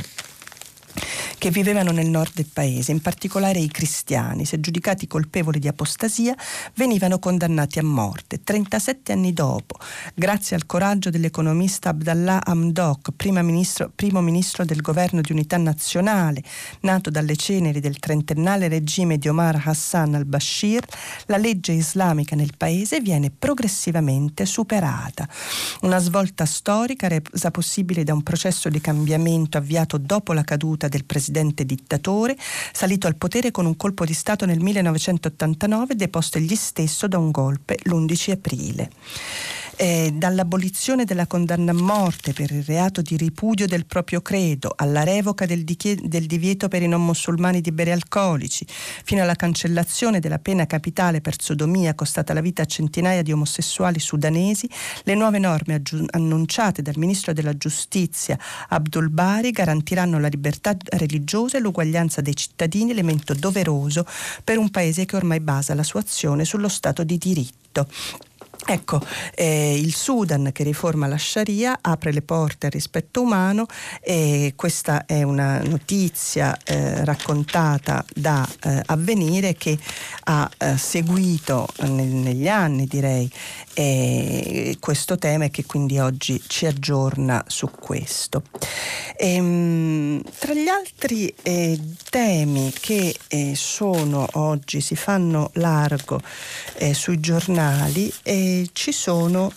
che vivevano nel nord del paese, in particolare i cristiani. Se giudicati colpevoli di apostasia, venivano condannati a morte. 37 anni dopo, grazie al coraggio dell'economista Abdallah Hamdok, primo ministro del governo di unità nazionale, nato dalle ceneri del trentennale regime di Omar Hassan al-Bashir, la legge islamica nel paese viene progressivamente superata. Una svolta storica resa possibile da un processo di cambiamento avviato dopo la caduta del presidente dittatore, salito al potere con un colpo di Stato nel 1989, deposto egli stesso da un golpe l'11 aprile. Dall'abolizione della condanna a morte per il reato di ripudio del proprio credo, alla revoca del divieto per i non musulmani di bere alcolici, fino alla cancellazione della pena capitale per sodomia costata la vita a centinaia di omosessuali sudanesi, le nuove norme annunciate dal ministro della giustizia Abdul Bari garantiranno la libertà religiosa e l'uguaglianza dei cittadini, elemento doveroso per un paese che ormai basa la sua azione sullo Stato di diritto. Ecco, il Sudan che riforma la Sharia apre le porte al rispetto umano, e questa è una notizia raccontata da Avvenire, che ha seguito negli anni, direi, questo tema, e che quindi oggi ci aggiorna su questo. Tra gli altri temi che sono oggi, si fanno largo sui giornali, ci sono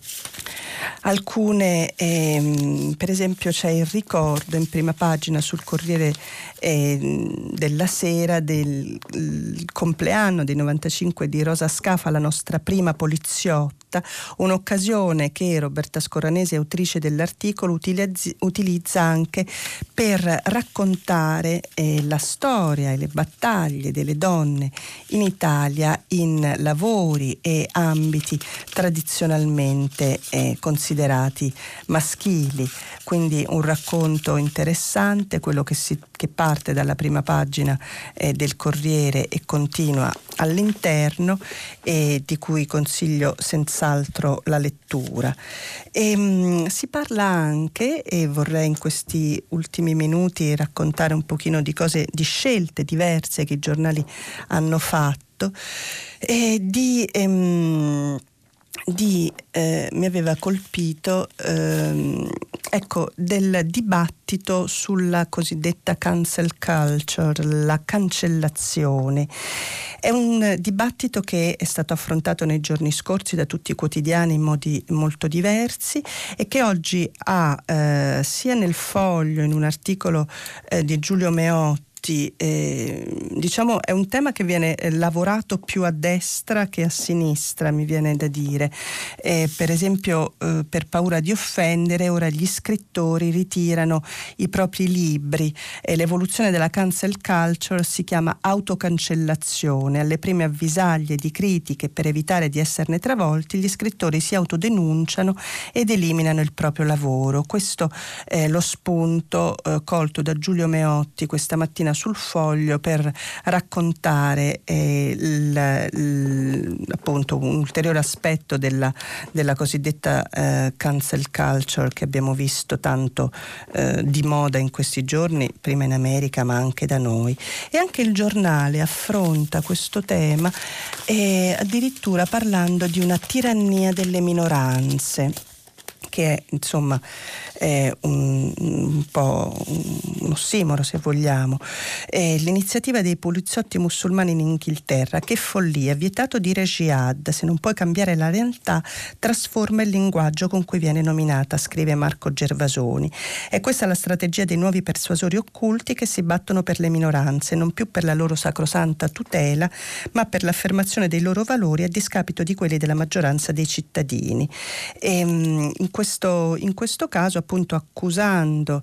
alcune, per esempio c'è il ricordo in prima pagina sul Corriere della Sera del compleanno dei 95 di Rosa Scafa, la nostra prima poliziotta, un'occasione che Roberta Scorranesi, autrice dell'articolo, utilizza anche per raccontare la storia e le battaglie delle donne in Italia in lavori e ambiti tradizionalmente considerati maschili. Quindi un racconto interessante, quello che parte dalla prima pagina del Corriere e continua all'interno, e di cui consiglio senz'altro la lettura. Si parla anche, e vorrei in questi ultimi minuti raccontare un pochino di cose, di scelte diverse che i giornali hanno fatto, mi aveva colpito del dibattito sulla cosiddetta cancel culture, la cancellazione. È un dibattito che è stato affrontato nei giorni scorsi da tutti i quotidiani in modi molto diversi, e che oggi ha sia nel Foglio, in un articolo di Giulio Meotti, tutti, diciamo è un tema che viene lavorato più a destra che a sinistra, mi viene da dire. Per esempio, per paura di offendere, ora gli scrittori ritirano i propri libri e l'evoluzione della cancel culture si chiama autocancellazione. Alle prime avvisaglie di critiche, per evitare di esserne travolti, gli scrittori si autodenunciano ed eliminano il proprio lavoro. Questo è lo spunto colto da Giulio Meotti questa mattina sul Foglio per raccontare appunto un ulteriore aspetto della cosiddetta cancel culture che abbiamo visto tanto di moda in questi giorni, prima in America ma anche da noi. E anche il Giornale affronta questo tema addirittura parlando di una tirannia delle minoranze, che è insomma un po' un ossimoro, se vogliamo. L'iniziativa dei poliziotti musulmani in Inghilterra: che follia, vietato dire jihad, se non puoi cambiare la realtà trasforma il linguaggio con cui viene nominata, scrive Marco Gervasoni. E questa è la strategia dei nuovi persuasori occulti che si battono per le minoranze, non più per la loro sacrosanta tutela, ma per l'affermazione dei loro valori a discapito di quelli della maggioranza dei cittadini. In questo caso, appunto, accusando,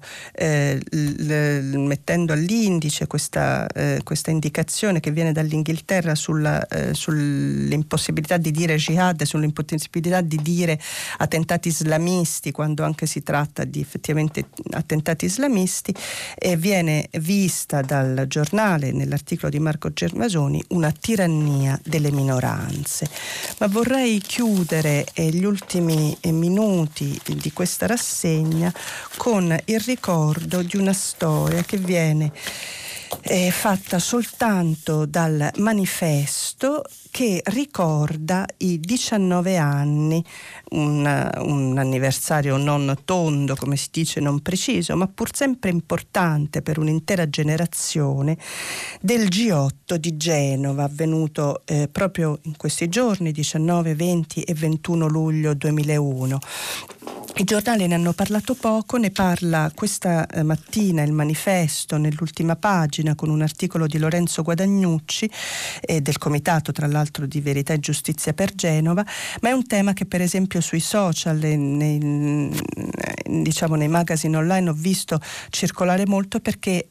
mettendo all'indice questa indicazione che viene dall'Inghilterra sull'impossibilità di dire jihad, sull'impossibilità di dire attentati islamisti, quando anche si tratta di effettivamente attentati islamisti, viene vista dal Giornale, nell'articolo di Marco Gervasoni, una tirannia delle minoranze. Ma vorrei chiudere gli ultimi minuti di questa rassegna con il ricordo di una storia che viene fatta soltanto dal Manifesto, che ricorda i 19 anni, un anniversario non tondo, come si dice, non preciso, ma pur sempre importante per un'intera generazione, del G8 di Genova, avvenuto proprio in questi giorni, 19, 20 e 21 luglio 2001. I giornali ne hanno parlato poco, ne parla questa mattina il Manifesto nell'ultima pagina con un articolo di Lorenzo Guadagnucci, del comitato tra l'altro di Verità e Giustizia per Genova, ma è un tema che per esempio sui social, nei magazine online ho visto circolare molto, perché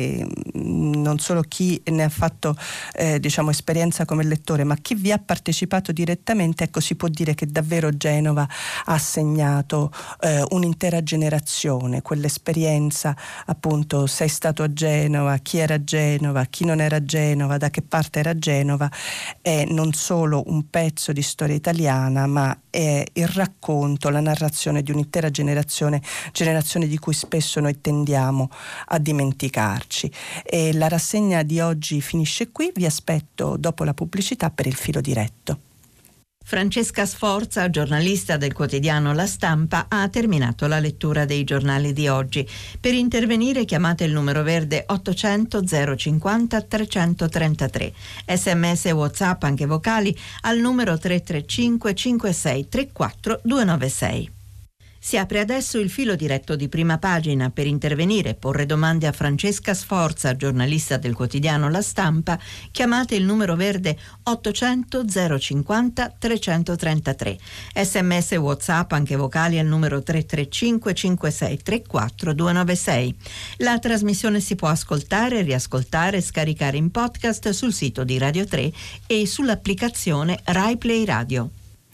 non solo chi ne ha fatto esperienza come lettore, ma chi vi ha partecipato direttamente, ecco, si può dire che davvero Genova ha segnato un'intera generazione. Quell'esperienza, appunto, sei stato a Genova, chi era a Genova, chi non era a Genova, da che parte era Genova, è non solo un pezzo di storia italiana, ma è il racconto, la narrazione di un'intera generazione di cui spesso noi tendiamo a dimenticarci. E la rassegna di oggi finisce qui, vi aspetto dopo la pubblicità per il filo diretto. Francesca Sforza, giornalista del quotidiano La Stampa, ha terminato la lettura dei giornali di oggi. Per intervenire chiamate il numero verde 800 050 333. SMS e WhatsApp, anche vocali, al numero 335 56 34 296. Si apre adesso il filo diretto di Prima Pagina. Per intervenire e porre domande a Francesca Sforza, giornalista del quotidiano La Stampa, chiamate il numero verde 800 050 333. SMS e WhatsApp, anche vocali, al numero 335 56 34 296. La trasmissione si può ascoltare, riascoltare e scaricare in podcast sul sito di Radio 3 e sull'applicazione Rai Play Radio.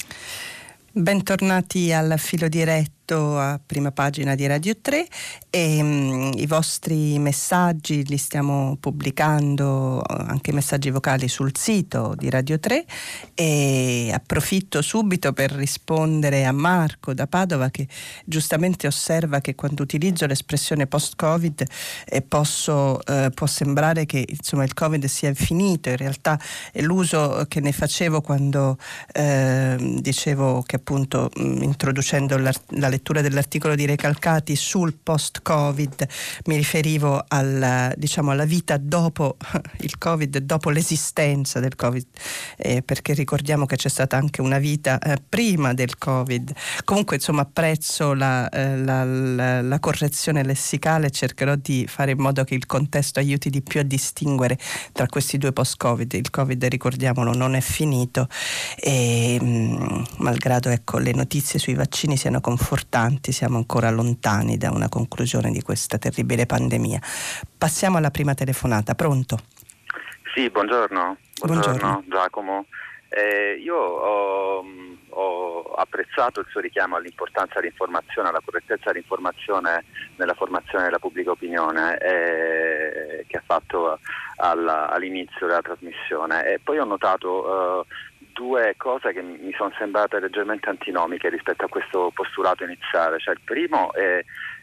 Bentornati al filo diretto a Prima Pagina di Radio 3 e i vostri messaggi li stiamo pubblicando, anche messaggi vocali, sul sito di Radio 3, e approfitto subito per rispondere a Marco da Padova, che giustamente osserva che quando utilizzo l'espressione post-Covid può sembrare che insomma il Covid sia finito. In realtà è l'uso che ne facevo quando dicevo che appunto introducendo la lettura dell'articolo di Recalcati sul post-Covid, mi riferivo alla vita dopo il Covid, dopo l'esistenza del Covid, perché ricordiamo che c'è stata anche una vita prima del Covid. Comunque, insomma, apprezzo la correzione lessicale e cercherò di fare in modo che il contesto aiuti di più a distinguere tra questi due post-Covid. Il Covid, ricordiamolo, non è finito e malgrado le notizie sui vaccini siano confortanti, siamo ancora lontani da una conclusione di questa terribile pandemia. Passiamo alla prima telefonata. Pronto? Sì, buongiorno Giacomo. Io ho apprezzato il suo richiamo all'importanza dell'informazione, alla correttezza dell'informazione nella formazione della pubblica opinione che ha fatto all'inizio della trasmissione, e poi ho notato due cose che mi sono sembrate leggermente antinomiche rispetto a questo postulato iniziale. Cioè, il primo è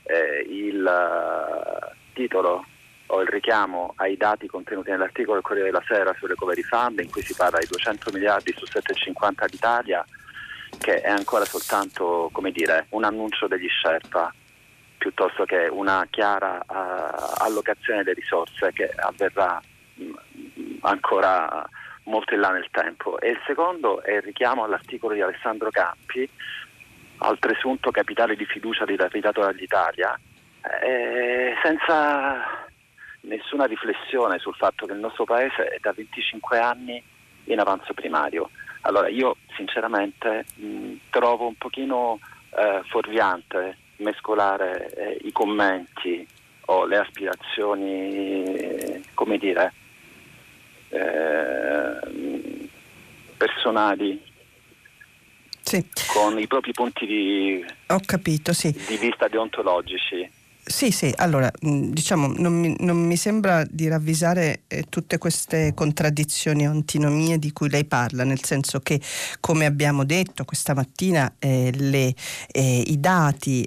il titolo o il richiamo ai dati contenuti nell'articolo del Corriere della Sera sul Recovery Fund, in cui si parla di 200 miliardi su 7,50 d'Italia, che è ancora soltanto, un annuncio degli Sherpa, piuttosto che una chiara allocazione delle risorse che avverrà ancora molto in là nel tempo. E il secondo è il richiamo all'articolo di Alessandro Campi, al presunto capitale di fiducia ridato dall'Italia, senza nessuna riflessione sul fatto che il nostro paese è da 25 anni in avanzo primario. Allora, io sinceramente trovo un pochino fuorviante mescolare i commenti o le aspirazioni, personali, sì, con i propri punti di vista deontologici. Sì, allora non mi sembra di ravvisare tutte queste contraddizioni o antinomie di cui lei parla, nel senso che, come abbiamo detto questa mattina, i dati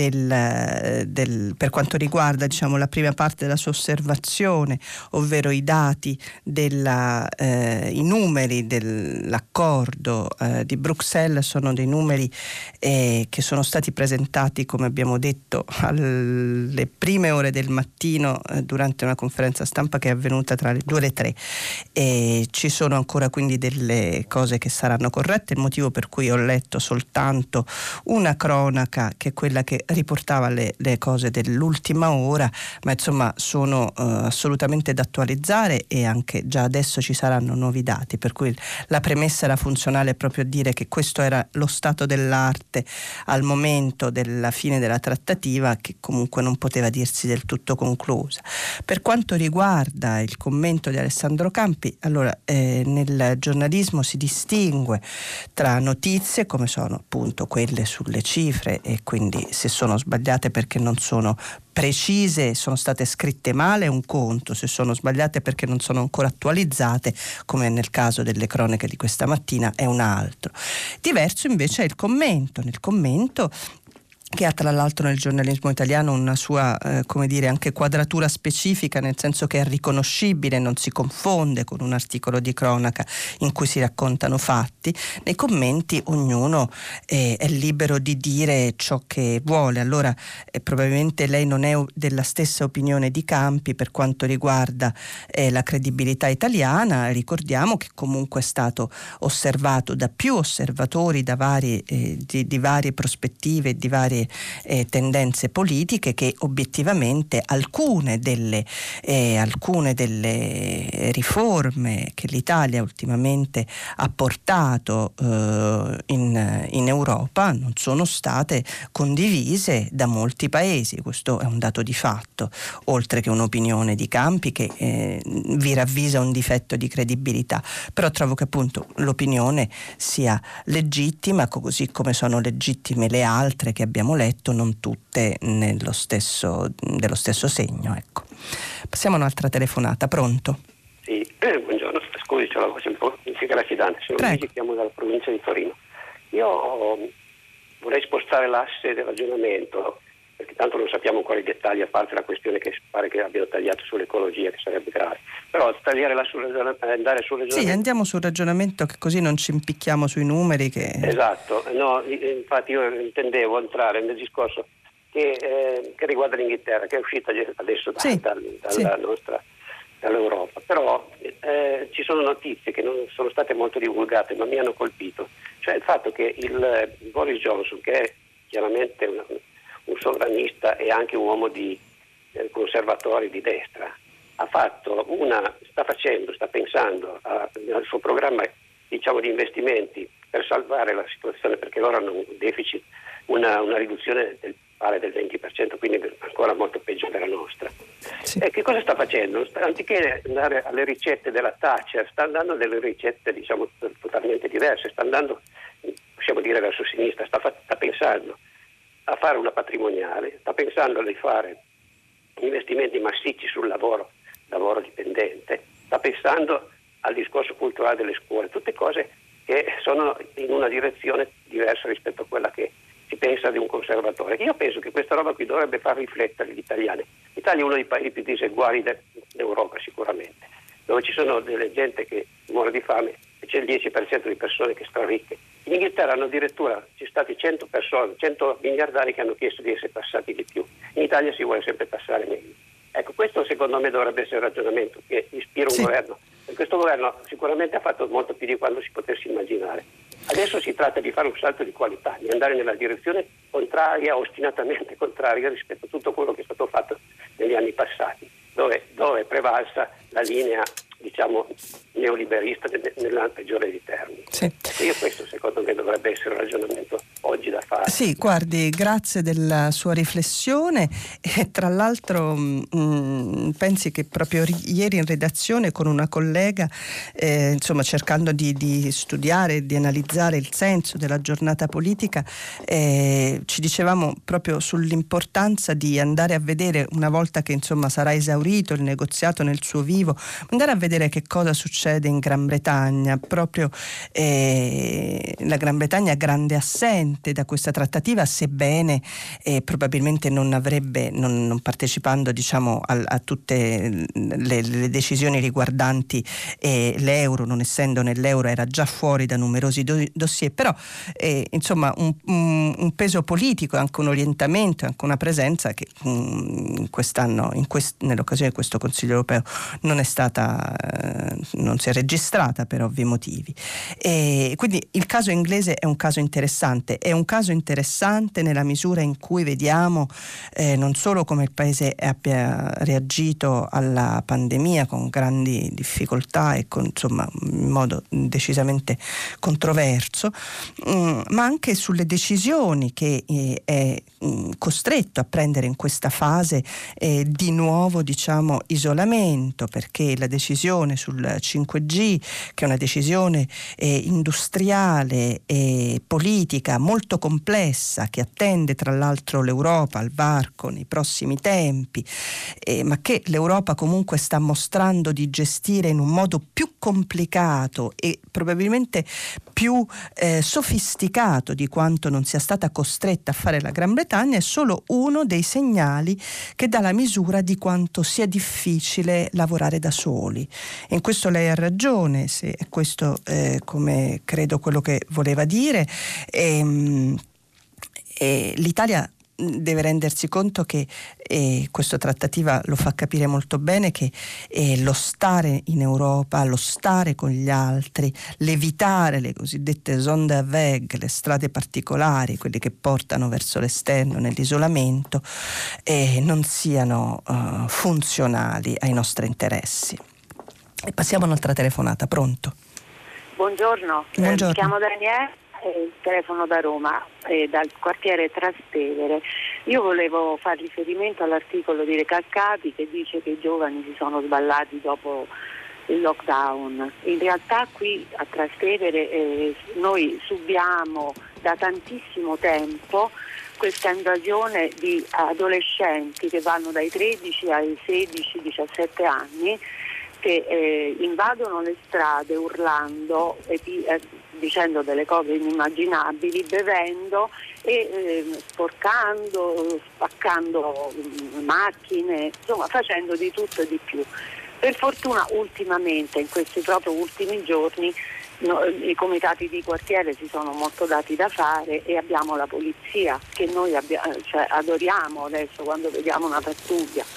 per quanto riguarda la prima parte della sua osservazione, ovvero i dati i numeri dell'accordo di Bruxelles, sono dei numeri che sono stati presentati, come abbiamo detto, le prime ore del mattino durante una conferenza stampa che è avvenuta tra le 2 e le 3, e ci sono ancora quindi delle cose che saranno corrette, il motivo per cui ho letto soltanto una cronaca che è quella che riportava le cose dell'ultima ora, ma insomma sono assolutamente da attualizzare, e anche già adesso ci saranno nuovi dati, per cui la premessa era funzionale proprio a dire che questo era lo stato dell'arte al momento della fine della trattativa, che comunque non poteva dirsi del tutto conclusa. Per quanto riguarda il commento di Alessandro Campi, allora nel giornalismo si distingue tra notizie, come sono appunto quelle sulle cifre, e quindi se sono sbagliate perché non sono precise, sono state scritte male, è un conto; se sono sbagliate perché non sono ancora attualizzate, come nel caso delle cronache di questa mattina, è un altro. Diverso invece è il commento. Nel commento, che ha tra l'altro nel giornalismo italiano una sua anche quadratura specifica, nel senso che è riconoscibile, non si confonde con un articolo di cronaca in cui si raccontano fatti. Nei commenti ognuno è libero di dire ciò che vuole. Allora probabilmente lei non è della stessa opinione di Campi per quanto riguarda la credibilità italiana. Ricordiamo che comunque è stato osservato da più osservatori di varie prospettive e di varie tendenze politiche, che obiettivamente alcune delle riforme che l'Italia ultimamente ha portato in Europa non sono state condivise da molti paesi. Questo è un dato di fatto, oltre che un'opinione di Campi che vi ravvisa un difetto di credibilità. Però trovo che appunto l'opinione sia legittima, così come sono legittime le altre che abbiamo letto, non tutte dello stesso segno. Ecco. Passiamo a un'altra telefonata. Pronto? Sì, buongiorno, scusi, c'è una voce un po' grafidante. Sono Luigi, chiamo dalla provincia di Torino. Io vorrei spostare l'asse del ragionamento perché tanto non sappiamo ancora i dettagli, a parte la questione che pare che abbiano tagliato sull'ecologia, che sarebbe grave. Però andare sul ragionamento. Sì, andiamo sul ragionamento, che così non ci impicchiamo sui numeri. Esatto, no, infatti io intendevo entrare nel discorso che riguarda l'Inghilterra, che è uscita adesso dall'Europa. Però ci sono notizie che non sono state molto divulgate, ma mi hanno colpito. Cioè il fatto che il Boris Johnson, che è chiaramente un sovranista e anche un uomo di conservatori di destra, sta pensando al suo programma, diciamo, di investimenti per salvare la situazione, perché loro hanno un deficit, una riduzione del 20%, quindi ancora molto peggio della nostra. Sì. E che cosa sta facendo? Anziché andare alle ricette della Thatcher, sta andando a delle ricette, diciamo, totalmente diverse, sta andando, possiamo dire, verso sinistra, sta pensando a fare una patrimoniale, sta pensando di fare investimenti massicci sul lavoro dipendente, sta pensando al discorso culturale delle scuole, tutte cose che sono in una direzione diversa rispetto a quella che si pensa di un conservatore. Io penso che questa roba qui dovrebbe far riflettere gli italiani. L'Italia è uno dei paesi più diseguali d'Europa sicuramente, dove ci sono delle gente che muore di fame e c'è il 10% di persone che straricche. In Inghilterra hanno addirittura, ci sono stati 100 miliardari che hanno chiesto di essere tassati di più. In Italia si vuole sempre tassare meglio. Ecco, questo secondo me dovrebbe essere il ragionamento che ispira un governo. E questo governo sicuramente ha fatto molto più di quanto si potesse immaginare. Adesso si tratta di fare un salto di qualità, di andare nella direzione contraria, ostinatamente contraria rispetto a tutto quello che è stato fatto negli anni passati, dove è prevalsa la linea, diciamo, neoliberista nella peggiore dei termini. Sì. Questo secondo me dovrebbe essere un ragionamento oggi da fare. Sì, guardi, grazie della sua riflessione, e tra l'altro pensi che proprio ieri in redazione con una collega, insomma, cercando di studiare, di analizzare il senso della giornata politica, ci dicevamo proprio sull'importanza di andare a vedere, una volta che insomma sarà esaurito il negoziato nel suo vivo, andare a vedere che cosa succede in Gran Bretagna. Proprio la Gran Bretagna è grande assente da questa trattativa, sebbene probabilmente non avrebbe, non partecipando, diciamo, a tutte le decisioni riguardanti l'euro, non essendo nell'euro, era già fuori da numerosi dossier, però insomma un peso politico, anche un orientamento, anche una presenza che quest'anno, nell'occasione di questo Consiglio europeo, non si è registrata per ovvi motivi. E quindi il caso inglese è un caso interessante nella misura in cui vediamo non solo come il paese abbia reagito alla pandemia con grandi difficoltà e in modo decisamente controverso, ma anche sulle decisioni che è costretto a prendere in questa fase di nuovo, diciamo, isolamento, perché la decisione sul 5G, che è una decisione industriale e politica molto complessa, che attende tra l'altro l'Europa al varco nei prossimi tempi, ma che l'Europa comunque sta mostrando di gestire in un modo più complicato e probabilmente più sofisticato di quanto non sia stata costretta a fare la Gran Bretagna, è solo uno dei segnali che dà la misura di quanto sia difficile lavorare da soli. E in questo lei ha ragione, se è questo come credo quello che voleva dire. L'Italia deve rendersi conto che questa trattativa lo fa capire molto bene, che lo stare in Europa, lo stare con gli altri, l'evitare le cosiddette Sonderweg, le strade particolari, quelle che portano verso l'esterno nell'isolamento, non siano funzionali ai nostri interessi. E passiamo a un'altra telefonata. Pronto? Buongiorno. Mi chiamo Daniele. Telefono da Roma, dal quartiere Trastevere. Io volevo fare riferimento all'articolo di Recalcati che dice che i giovani si sono sballati dopo il lockdown. In realtà qui a Trastevere noi subiamo da tantissimo tempo questa invasione di adolescenti che vanno dai 13 ai 16-17 anni, che invadono le strade urlando e dicendo delle cose inimmaginabili, bevendo e sporcando, spaccando macchine, insomma facendo di tutto e di più. Per fortuna ultimamente, in questi proprio ultimi giorni, i comitati di quartiere si sono molto dati da fare e abbiamo la polizia che noi adoriamo adesso quando vediamo una pattuglia.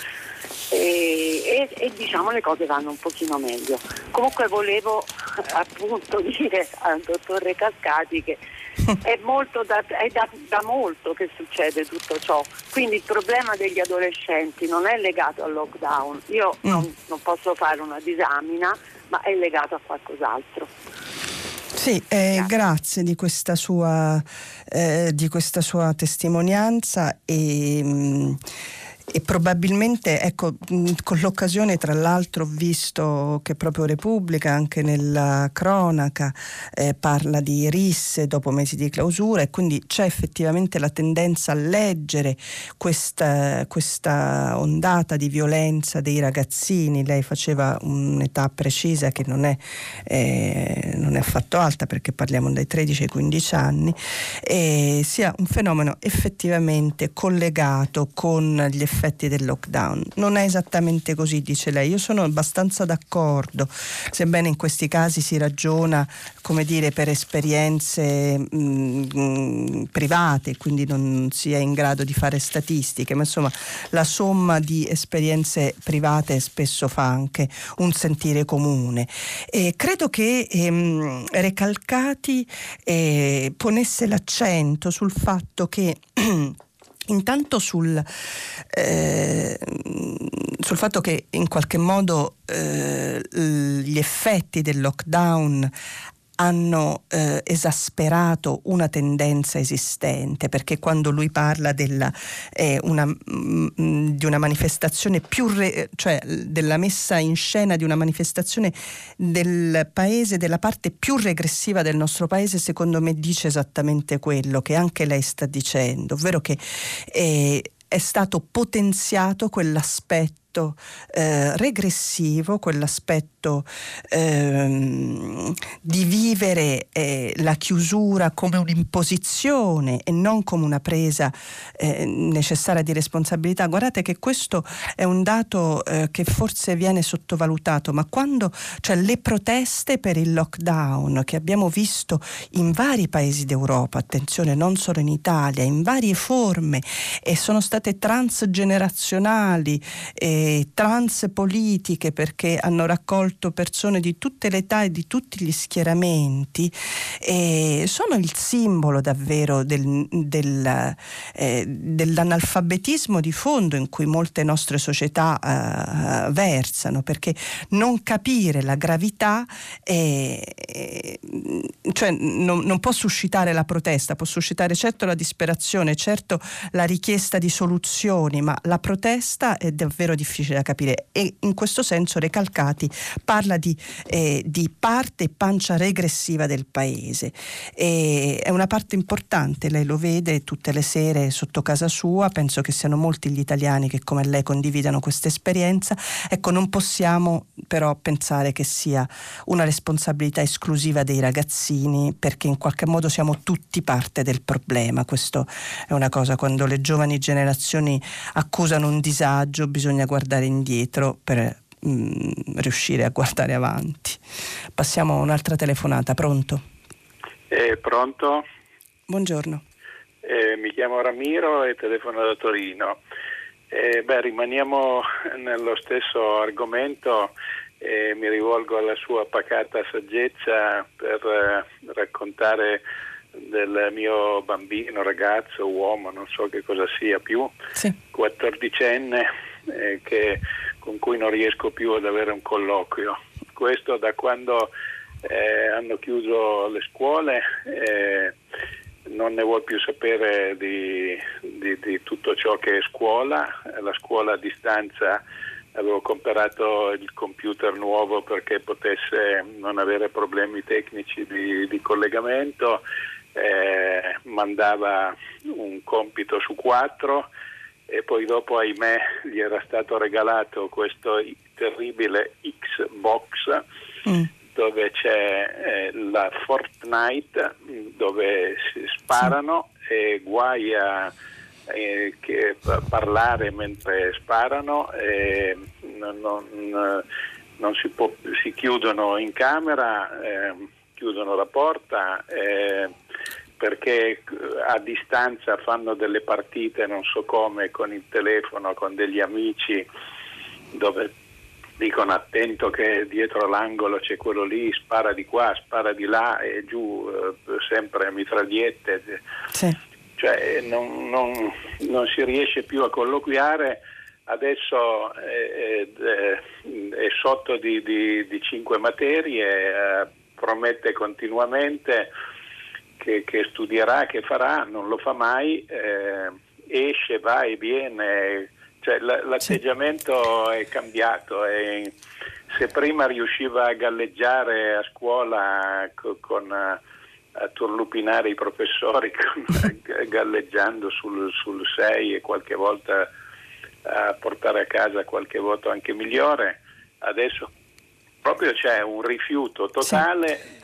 E diciamo le cose vanno un pochino meglio. Comunque volevo appunto dire al dottor Recalcati che è da molto che succede tutto ciò, quindi il problema degli adolescenti non è legato al lockdown, io non posso fare una disamina, ma è legato a qualcos'altro. Sì, grazie di questa sua testimonianza e probabilmente, ecco, con l'occasione tra l'altro ho visto che proprio Repubblica anche nella cronaca parla di risse dopo mesi di clausura, e quindi c'è effettivamente la tendenza a leggere questa ondata di violenza dei ragazzini. Lei faceva un'età precisa che non è affatto alta, perché parliamo dai 13 ai 15 anni, e sia un fenomeno effettivamente collegato con gli effetti del lockdown. Non è esattamente così, dice lei. Io sono abbastanza d'accordo, sebbene in questi casi si ragiona, come dire, per esperienze private, quindi non si è in grado di fare statistiche, ma insomma la somma di esperienze private spesso fa anche un sentire comune. E credo che Recalcati ponesse l'accento sul fatto che intanto sul fatto che in qualche modo gli effetti del lockdown hanno esasperato una tendenza esistente, perché quando lui parla di una manifestazione cioè della messa in scena di una manifestazione del paese, della parte più regressiva del nostro paese, secondo me dice esattamente quello che anche lei sta dicendo, ovvero che è stato potenziato quell'aspetto regressivo, quell'aspetto di vivere la chiusura come un'imposizione e non come una presa necessaria di responsabilità. Guardate che questo è un dato che forse viene sottovalutato, ma cioè le proteste per il lockdown che abbiamo visto in vari paesi d'Europa, attenzione, non solo in Italia, in varie forme, e sono state transgenerazionali, transpolitiche, perché hanno raccolto persone di tutte le età e di tutti gli schieramenti, sono il simbolo davvero dell'analfabetismo di fondo in cui molte nostre società versano, perché non capire la gravità cioè non può suscitare la protesta, può suscitare certo la disperazione, certo la richiesta di soluzioni, ma la protesta è davvero difficile da capire, e in questo senso Recalcati parla di parte e pancia regressiva del paese. È una parte importante, lei lo vede tutte le sere sotto casa sua, penso che siano molti gli italiani che come lei condividano questa esperienza. Ecco, non possiamo però pensare che sia una responsabilità esclusiva dei ragazzini, perché in qualche modo siamo tutti parte del problema. Questo è una cosa, quando le giovani generazioni accusano un disagio bisogna guardare indietro per riuscire a guardare avanti. Passiamo a un'altra telefonata. Pronto? Pronto? Buongiorno. Mi chiamo Ramiro e telefono da Torino. Rimaniamo nello stesso argomento. Mi rivolgo alla sua pacata saggezza per raccontare del mio bambino, ragazzo, uomo, non so che cosa sia più, sì. 14enne, con cui non riesco più ad avere un colloquio. Questo da quando hanno chiuso le scuole, non ne vuol più sapere di tutto ciò che è scuola. La scuola a distanza, avevo comprato il computer nuovo perché potesse non avere problemi tecnici di collegamento, mandava un compito su 4 e poi dopo, ahimè, gli era stato regalato questo terribile Xbox dove c'è la Fortnite, dove si sparano e guai a parlare mentre sparano, e non si chiudono in camera, chiudono la porta, perché a distanza fanno delle partite non so come con il telefono, con degli amici, dove dicono attento che dietro l'angolo c'è quello lì, spara di qua, spara di là, e giù sempre mitragliette. Sì. Cioè non si riesce più a colloquiare. Adesso è sotto di 5 materie, promette continuamente che studierà, che farà, non lo fa mai, esce, va e viene, cioè l'atteggiamento è cambiato, e se prima riusciva a galleggiare a scuola a turlupinare i professori galleggiando sul 6 e qualche volta a portare a casa qualche voto anche migliore, adesso proprio c'è un rifiuto totale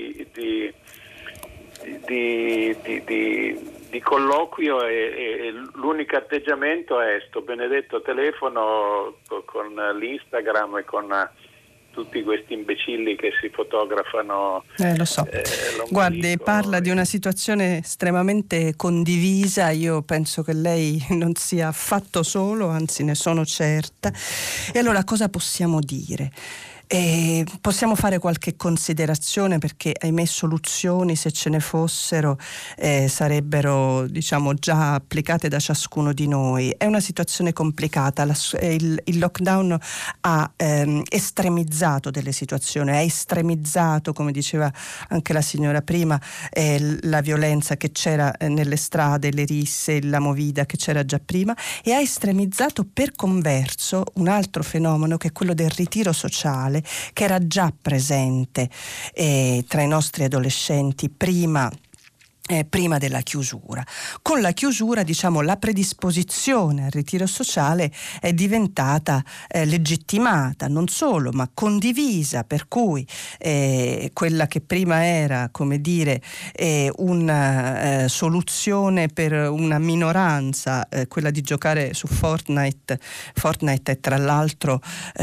di colloquio, e l'unico atteggiamento è sto benedetto telefono con l'Instagram e con tutti questi imbecilli che si fotografano. Lo so. Guardi, parla di una situazione estremamente condivisa. Io penso che lei non sia affatto solo, anzi ne sono certa. E allora cosa possiamo dire? Possiamo fare qualche considerazione, perché ahimè soluzioni, se ce ne fossero, sarebbero già applicate da ciascuno di noi. È una situazione complicata, il lockdown ha estremizzato delle situazioni, ha estremizzato, come diceva anche la signora prima, la violenza che c'era nelle strade, le risse, la movida che c'era già prima, e ha estremizzato per converso un altro fenomeno, che è quello del ritiro sociale, che era già presente tra i nostri adolescenti prima della chiusura. Con la chiusura, la predisposizione al ritiro sociale è diventata legittimata, non solo, ma condivisa, per cui quella che prima era, come dire, una soluzione per una minoranza, quella di giocare su Fortnite è tra l'altro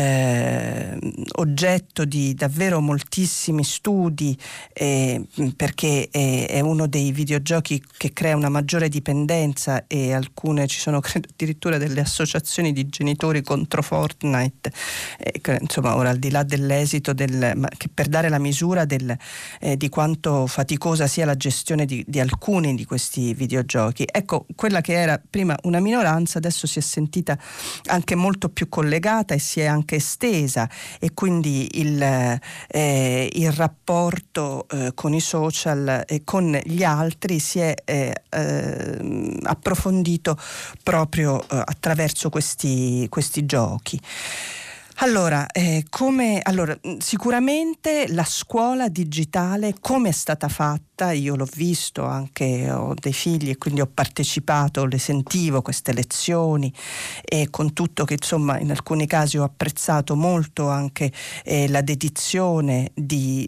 oggetto di davvero moltissimi studi, perché è uno dei videogiochi che crea una maggiore dipendenza, e ci sono credo addirittura delle associazioni di genitori contro Fortnite, insomma, ora al di là dell'esito che per dare la misura di quanto faticosa sia la gestione di alcuni di questi videogiochi. Ecco, quella che era prima una minoranza adesso si è sentita anche molto più collegata e si è anche estesa, e quindi il rapporto con i social e con gli altri si è approfondito proprio attraverso questi giochi. Allora, sicuramente la scuola digitale, come è stata fatta, io l'ho visto, anche ho dei figli e quindi ho partecipato, le sentivo queste lezioni, e con tutto che insomma in alcuni casi ho apprezzato molto anche la dedizione dei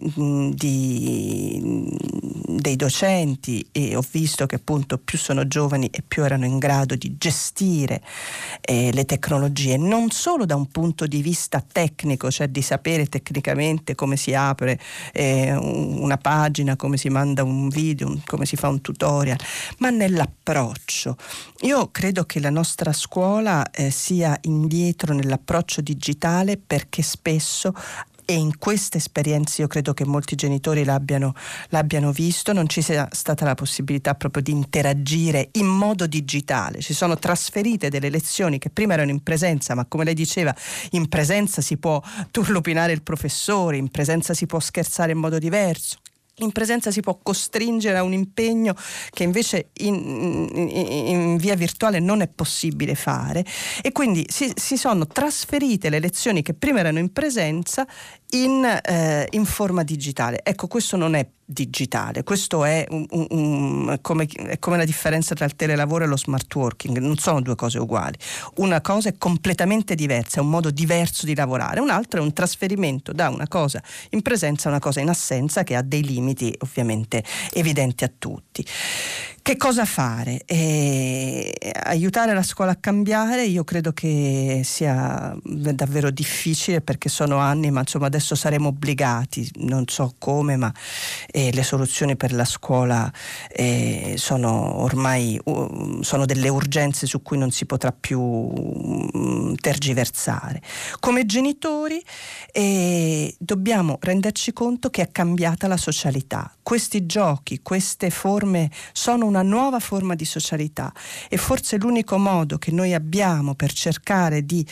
docenti, e ho visto che appunto più sono giovani e più erano in grado di gestire le tecnologie, non solo da un punto di vista tecnico, cioè di sapere tecnicamente come si apre una pagina, come si manda un video, come si fa un tutorial, ma nell'approccio. Io credo che la nostra scuola sia indietro nell'approccio digitale, perché spesso, e in queste esperienze io credo che molti genitori l'abbiano visto, non ci sia stata la possibilità proprio di interagire in modo digitale. Ci sono trasferite delle lezioni che prima erano in presenza, ma come lei diceva, in presenza si può turlupinare il professore, in presenza si può scherzare in modo diverso, in presenza si può costringere a un impegno che invece in via virtuale non è possibile fare, e quindi si sono trasferite le lezioni che prima erano in presenza in forma digitale. Ecco, questo non è digitale. Questo è come la differenza tra il telelavoro e lo smart working, non sono due cose uguali. Una cosa è completamente diversa, è un modo diverso di lavorare, un altro è un trasferimento da una cosa in presenza a una cosa in assenza, che ha dei limiti ovviamente evidenti a tutti. Che cosa fare? Aiutare la scuola a cambiare? Io credo che sia davvero difficile, perché sono anni, ma insomma adesso saremo obbligati, non so come, ma le soluzioni per la scuola sono ormai sono delle urgenze su cui non si potrà più tergiversare. Come genitori dobbiamo renderci conto che è cambiata la socialità. Questi giochi, queste forme sono una nuova forma di socialità, e forse l'unico modo che noi abbiamo per cercare di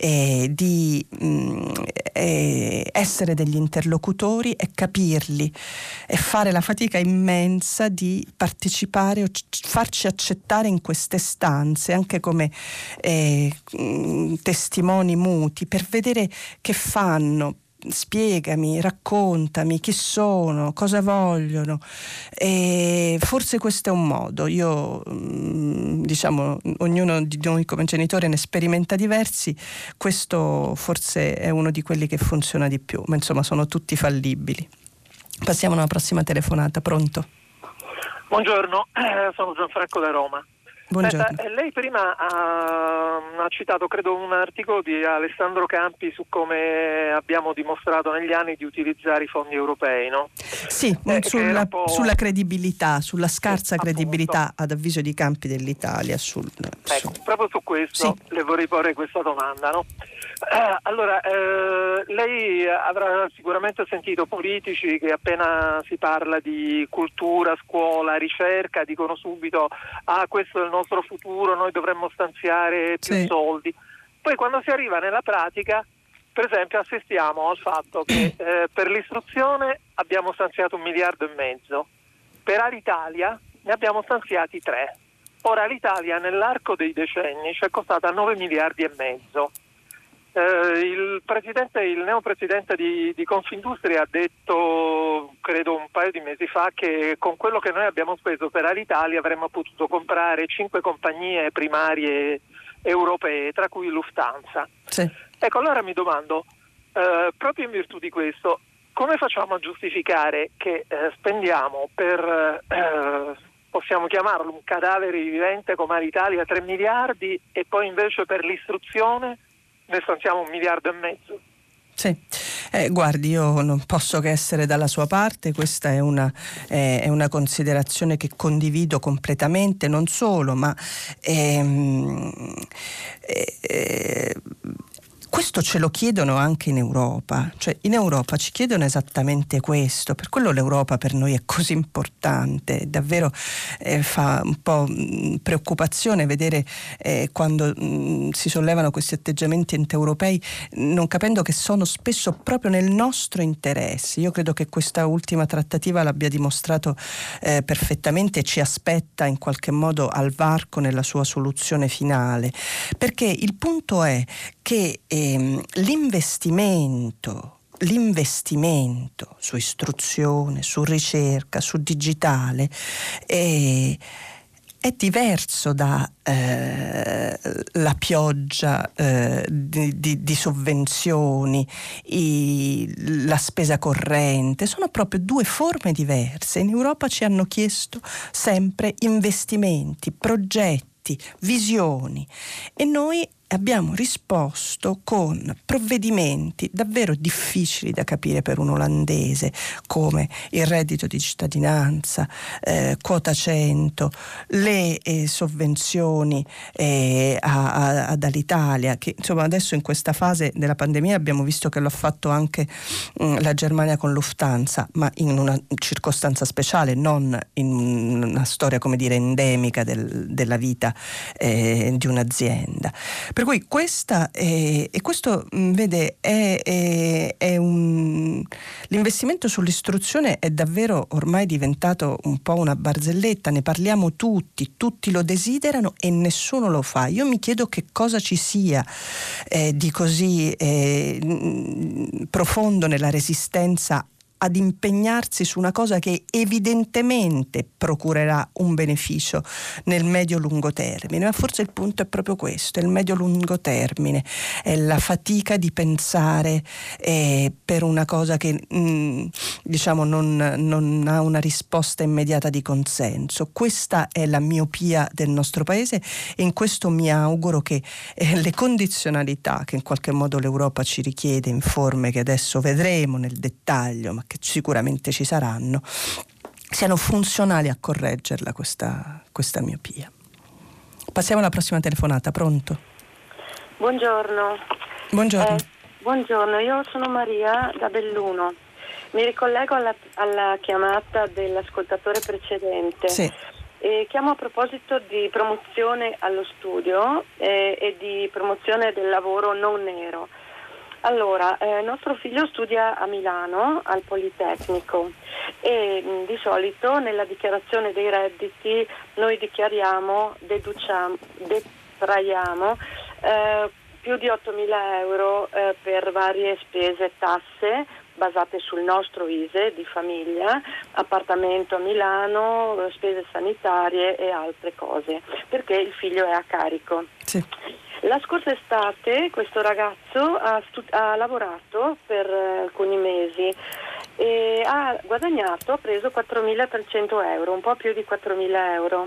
essere degli interlocutori è capirli e fare la fatica immensa di partecipare o farci accettare in queste stanze anche come testimoni muti, per vedere che fanno. Spiegami, raccontami chi sono, cosa vogliono, e forse questo è un modo. Io diciamo, ognuno di noi come genitore ne sperimenta diversi, questo forse è uno di quelli che funziona di più, ma insomma sono tutti fallibili. Passiamo alla prossima telefonata. Pronto? Buongiorno, sono Gianfranco da Roma. Senta, lei prima ha citato, credo, un articolo di Alessandro Campi su come abbiamo dimostrato negli anni di utilizzare i fondi europei, no? Sì, sulla credibilità, sulla scarsa credibilità, ad avviso di Campi, dell'Italia. Proprio su questo le vorrei porre questa domanda, no? Allora, lei avrà sicuramente sentito politici che appena si parla di cultura, scuola, ricerca, dicono subito: questo è il nostro futuro, noi dovremmo stanziare più soldi. Poi quando si arriva nella pratica, per esempio, assistiamo al fatto che per l'istruzione abbiamo stanziato 1,5 miliardi, per Alitalia ne abbiamo stanziati 3. Ora l'Italia nell'arco dei decenni ci è costata 9,5 miliardi. Il neopresidente di Confindustria ha detto, credo un paio di mesi fa, che con quello che noi abbiamo speso per Alitalia avremmo potuto comprare 5 compagnie primarie europee, tra cui Lufthansa. Sì. Ecco, allora mi domando, proprio in virtù di questo, come facciamo a giustificare che spendiamo per, possiamo chiamarlo un cadavere vivente come Alitalia, 3 miliardi, e poi invece per l'istruzione ne stanziamo 1,5 miliardi? Sì, guardi, io non posso che essere dalla sua parte. Questa è una considerazione che condivido completamente, non solo, ma questo ce lo chiedono anche in Europa, cioè in Europa ci chiedono esattamente questo, per quello l'Europa per noi è così importante. Davvero fa un po' preoccupazione vedere quando si sollevano questi atteggiamenti anti-europei, non capendo che sono spesso proprio nel nostro interesse. Io credo che questa ultima trattativa l'abbia dimostrato perfettamente, e ci aspetta in qualche modo al varco nella sua soluzione finale, perché il punto è che l'investimento su istruzione, su ricerca, su digitale è diverso da la pioggia di sovvenzioni, la spesa corrente. Sono proprio due forme diverse. In Europa ci hanno chiesto sempre investimenti, progetti, visioni, e noi abbiamo risposto con provvedimenti davvero difficili da capire per un olandese, come il reddito di cittadinanza, quota 100, le sovvenzioni ad Alitalia, che insomma adesso in questa fase della pandemia abbiamo visto che lo ha fatto anche la Germania con Lufthansa, ma in una circostanza speciale, non in una storia, come dire, endemica della vita di un'azienda. Per cui questo vede l'investimento sull'istruzione è davvero ormai diventato un po' una barzelletta. Ne parliamo tutti lo desiderano e nessuno lo fa. Io mi chiedo che cosa ci sia di così profondo nella resistenza ad impegnarsi su una cosa che evidentemente procurerà un beneficio nel medio-lungo termine, ma forse il punto è proprio questo, è il medio-lungo termine, è la fatica di pensare per una cosa che diciamo non ha una risposta immediata di consenso. Questa è la miopia del nostro paese e in questo mi auguro che le condizionalità che in qualche modo l'Europa ci richiede in forme che adesso vedremo nel dettaglio, ma che sicuramente ci saranno, siano funzionali a correggerla questa miopia. Passiamo alla prossima telefonata. Pronto? Buongiorno. Buongiorno. Io sono Maria da Belluno. Mi ricollego alla chiamata dell'ascoltatore precedente. Sì. Chiamo a proposito di promozione allo studio e di promozione del lavoro non nero. Allora, nostro figlio studia a Milano al Politecnico e di solito nella dichiarazione dei redditi noi detraiamo più di 8.000 euro per varie spese, tasse basate sul nostro ISEE di famiglia, appartamento a Milano, spese sanitarie e altre cose, perché il figlio è a carico. Sì. La scorsa estate questo ragazzo ha lavorato per alcuni mesi e ha preso 4.300 euro, un po' più di 4.000 euro.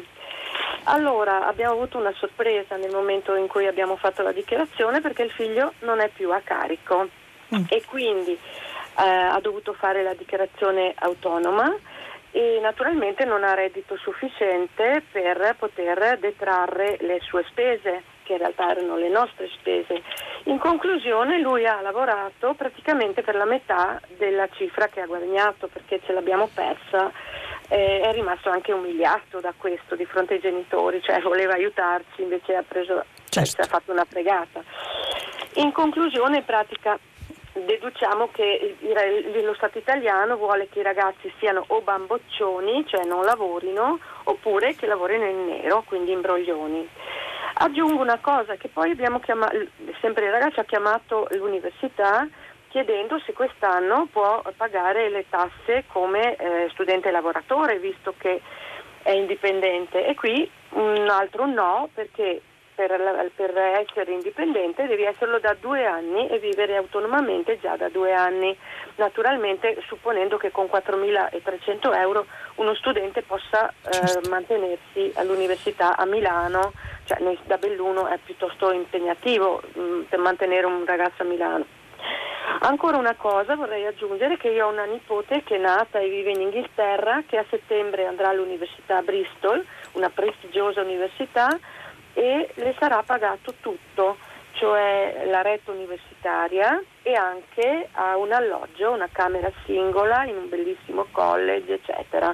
Allora abbiamo avuto una sorpresa nel momento in cui abbiamo fatto la dichiarazione, perché il figlio non è più a carico e quindi ha dovuto fare la dichiarazione autonoma e naturalmente non ha reddito sufficiente per poter detrarre le sue spese, che in realtà erano le nostre spese. In conclusione lui ha lavorato praticamente per la metà della cifra che ha guadagnato, perché ce l'abbiamo persa. È rimasto anche umiliato da questo di fronte ai genitori, cioè voleva aiutarci, invece ha fatto una fregata. In conclusione, in pratica, deduciamo che lo Stato italiano vuole che i ragazzi siano o bamboccioni, cioè non lavorino, oppure che lavorino in nero, quindi imbroglioni. Aggiungo una cosa, che poi abbiamo sempre il ragazzo ha chiamato l'università chiedendo se quest'anno può pagare le tasse come studente lavoratore, visto che è indipendente, e qui un altro no, perché per essere indipendente devi esserlo da 2 anni e vivere autonomamente già da 2 anni, naturalmente supponendo che con 4.300 euro uno studente possa mantenersi all'università a Milano, cioè noi da Belluno è piuttosto impegnativo per mantenere un ragazzo a Milano. Ancora una cosa vorrei aggiungere, che io ho una nipote che è nata e vive in Inghilterra, che a settembre andrà all'università a Bristol, una prestigiosa università, e le sarà pagato tutto, cioè la retta universitaria e anche a un alloggio, una camera singola in un bellissimo college, eccetera.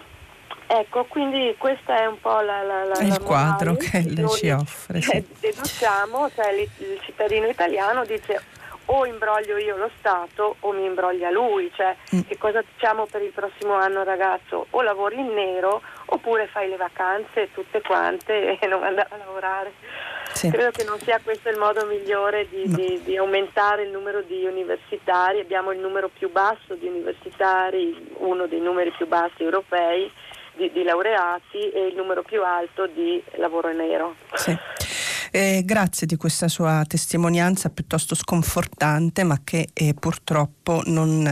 Ecco, quindi questa è un po' il quadro che lei ci offre. Sì. Deduciamo, cioè il cittadino italiano dice: o imbroglio io lo Stato o mi imbroglia lui, cioè che cosa diciamo per il prossimo anno, ragazzo? O lavori in nero oppure fai le vacanze tutte quante e non andare a lavorare. Sì. Credo che non sia questo il modo migliore di aumentare il numero di universitari. Abbiamo il numero più basso di universitari, uno dei numeri più bassi europei di laureati, e il numero più alto di lavoro nero. Sì. Grazie di questa sua testimonianza piuttosto sconfortante, ma che purtroppo non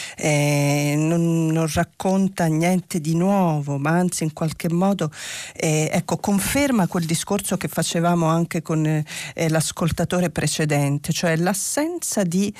racconta niente di nuovo, ma anzi in qualche modo conferma quel discorso che facevamo anche con l'ascoltatore precedente, cioè l'assenza di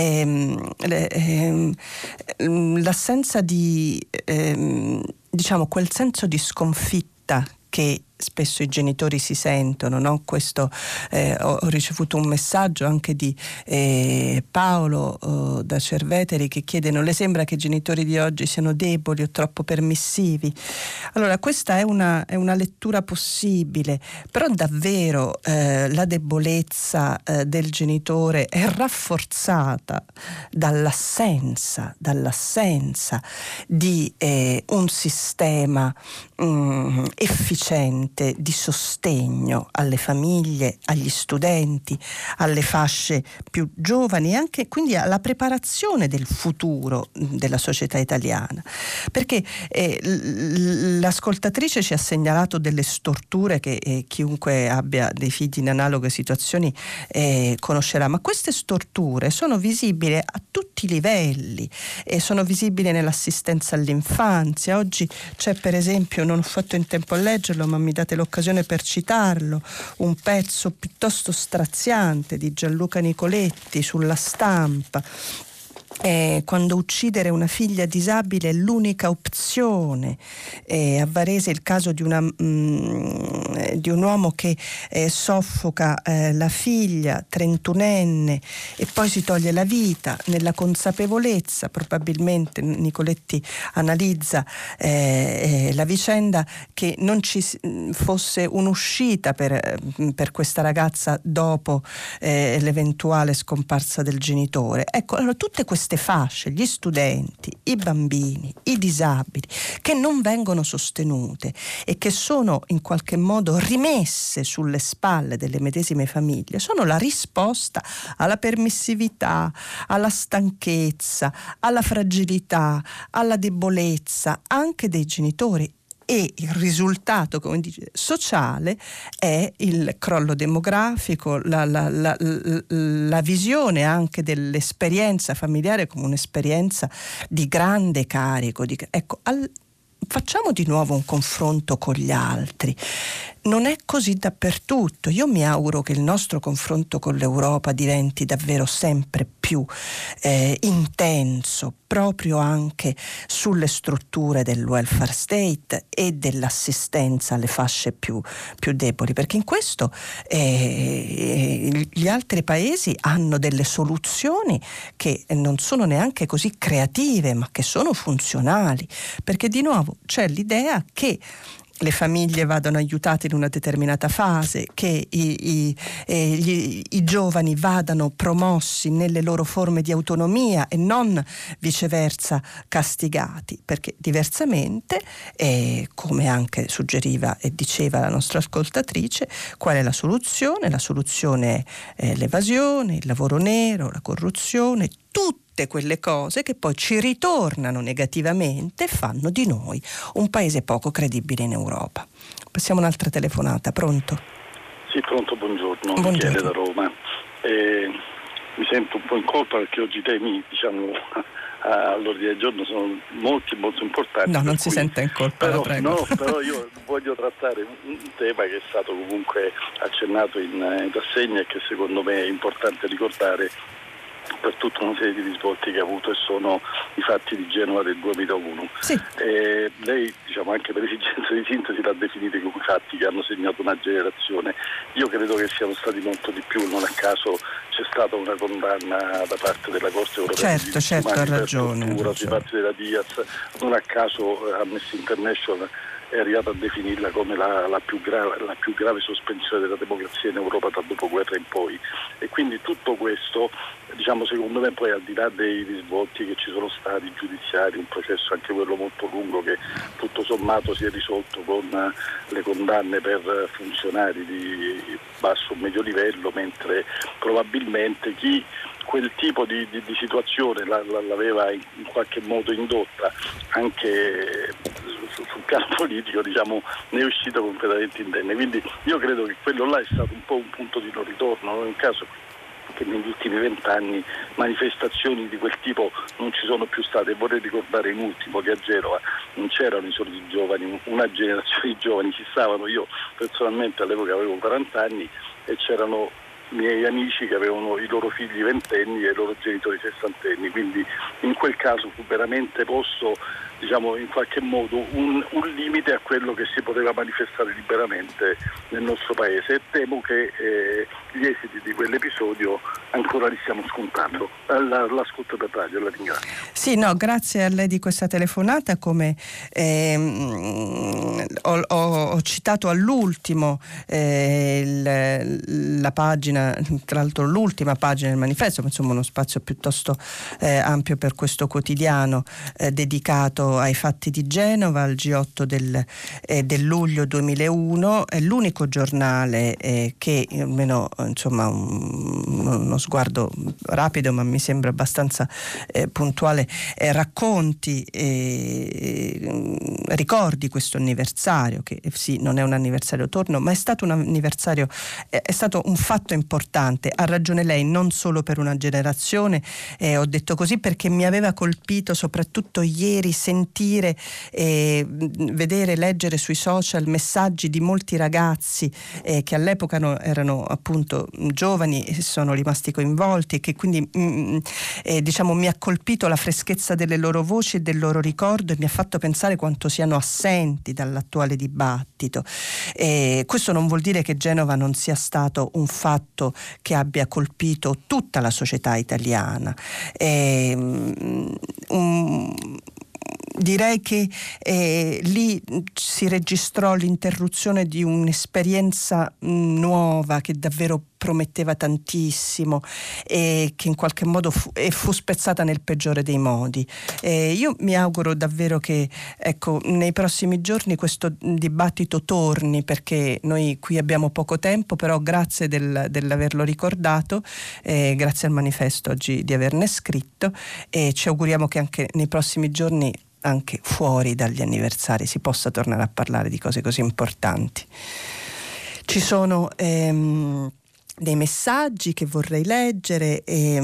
diciamo quel senso di sconfitta che spesso i genitori si sentono, no? Questo ho ricevuto un messaggio anche di Paolo da Cerveteri, che chiede: non le sembra che i genitori di oggi siano deboli o troppo permissivi? Allora, questa è una lettura possibile, però davvero la debolezza del genitore è rafforzata dall'assenza di un sistema efficiente sicuramente di sostegno alle famiglie, agli studenti, alle fasce più giovani e anche quindi alla preparazione del futuro della società italiana, perché l'ascoltatrice ci ha segnalato delle storture che chiunque abbia dei figli in analoghe situazioni conoscerà, ma queste storture sono visibili a tutti i livelli, sono visibili nell'assistenza all'infanzia. Oggi c'è, per esempio, non ho fatto in tempo a leggerlo ma mi date l'occasione per citarlo, un pezzo piuttosto straziante di Gianluca Nicoletti sulla Stampa. Quando uccidere una figlia disabile è l'unica opzione. A Varese il caso di un uomo che soffoca la figlia 31enne e poi si toglie la vita nella consapevolezza, probabilmente Nicoletti analizza la vicenda, che non ci fosse un'uscita per questa ragazza dopo l'eventuale scomparsa del genitore. Ecco, allora tutte queste fasce, gli studenti, i bambini, i disabili, che non vengono sostenute e che sono in qualche modo rimesse sulle spalle delle medesime famiglie, sono la risposta alla permissività, alla stanchezza, alla fragilità, alla debolezza anche dei genitori. E il risultato, come dice, sociale è il crollo demografico, la visione anche dell'esperienza familiare come un'esperienza di grande carico. Ecco, facciamo di nuovo un confronto con gli altri. Non è così dappertutto. Io mi auguro che il nostro confronto con l'Europa diventi davvero sempre più intenso, proprio anche sulle strutture del welfare state e dell'assistenza alle fasce più deboli, perché in questo gli altri paesi hanno delle soluzioni che non sono neanche così creative, ma che sono funzionali, perché di nuovo c'è l'idea che le famiglie vadano aiutate in una determinata fase, che i giovani vadano promossi nelle loro forme di autonomia e non viceversa castigati, perché diversamente, come anche suggeriva e diceva la nostra ascoltatrice, qual è la soluzione? La soluzione è l'evasione, il lavoro nero, la corruzione, tutte quelle cose che poi ci ritornano negativamente e fanno di noi un paese poco credibile in Europa. Passiamo un'altra telefonata. Pronto? Sì, pronto, buongiorno. Michele da Roma. Mi sento un po' in colpa perché oggi i temi, all'ordine del giorno sono molto importanti. No, non si sente in colpa, però, la prego. No, però io voglio trattare un tema che è stato comunque accennato in rassegna e che secondo me è importante ricordare per tutta una serie di risvolti che ha avuto, e sono i fatti di Genova del 2001. Sì. Lei, anche per esigenza di sintesi, l'ha definiti come fatti che hanno segnato una generazione. Io credo che siano stati molto di più, non a caso c'è stata una condanna da parte della Corte Europea di diritti umani per tortura sui fatti della Diaz, non a caso Amnesty International è arrivata a definirla come la più grave sospensione della democrazia in Europa dal dopoguerra in poi. E quindi tutto questo, secondo me, poi al di là dei risvolti che ci sono stati giudiziari, un processo anche quello molto lungo che tutto sommato si è risolto con le condanne per funzionari di basso o medio livello, mentre probabilmente chi quel tipo di situazione l'aveva in qualche modo indotta anche sul piano politico, ne è uscito completamente indenne. Quindi io credo che quello là è stato un po' un punto di non ritorno, non è un caso che negli ultimi 20 anni manifestazioni di quel tipo non ci sono più state. Vorrei ricordare in ultimo che a Genova non c'erano i soliti giovani, una generazione di giovani, ci stavano. Io personalmente all'epoca avevo 40 anni e c'erano miei amici che avevano i loro figli ventenni e i loro genitori sessantenni, quindi in quel caso fu veramente posto in qualche modo un limite a quello che si poteva manifestare liberamente nel nostro paese, e temo che gli esiti di quell'episodio ancora li stiamo scontando. L'ascolto per radio, la ringrazio. Sì, no, grazie a lei di questa telefonata. Come ho citato all'ultimo la pagina, tra l'altro l'ultima pagina del manifesto, ma insomma uno spazio piuttosto ampio per questo quotidiano dedicato legato ai fatti di Genova, al G8 del luglio 2001. È l'unico giornale che, almeno insomma uno sguardo rapido ma mi sembra abbastanza puntuale, racconti, ricordi questo anniversario, che sì, non è un anniversario torno, ma è stato un anniversario, è stato un fatto importante. Ha ragione lei, non solo per una generazione, ho detto così perché mi aveva colpito soprattutto ieri sentire, vedere, leggere sui social messaggi di molti ragazzi che all'epoca erano appunto giovani e sono rimasti coinvolti, e che quindi diciamo mi ha colpito la freschezza delle loro voci e del loro ricordo, e mi ha fatto pensare quanto siano assenti dall'attuale dibattito. Questo non vuol dire che Genova non sia stato un fatto che abbia colpito tutta la società italiana. Direi che lì si registrò l'interruzione di un'esperienza nuova che davvero prometteva tantissimo e che in qualche modo fu spezzata nel peggiore dei modi. Io mi auguro davvero che, ecco, nei prossimi giorni questo dibattito torni, perché noi qui abbiamo poco tempo, però grazie dell'averlo ricordato, grazie al manifesto oggi di averne scritto, e ci auguriamo che anche nei prossimi giorni, anche fuori dagli anniversari, si possa tornare a parlare di cose così importanti. Ci sono dei messaggi che vorrei leggere,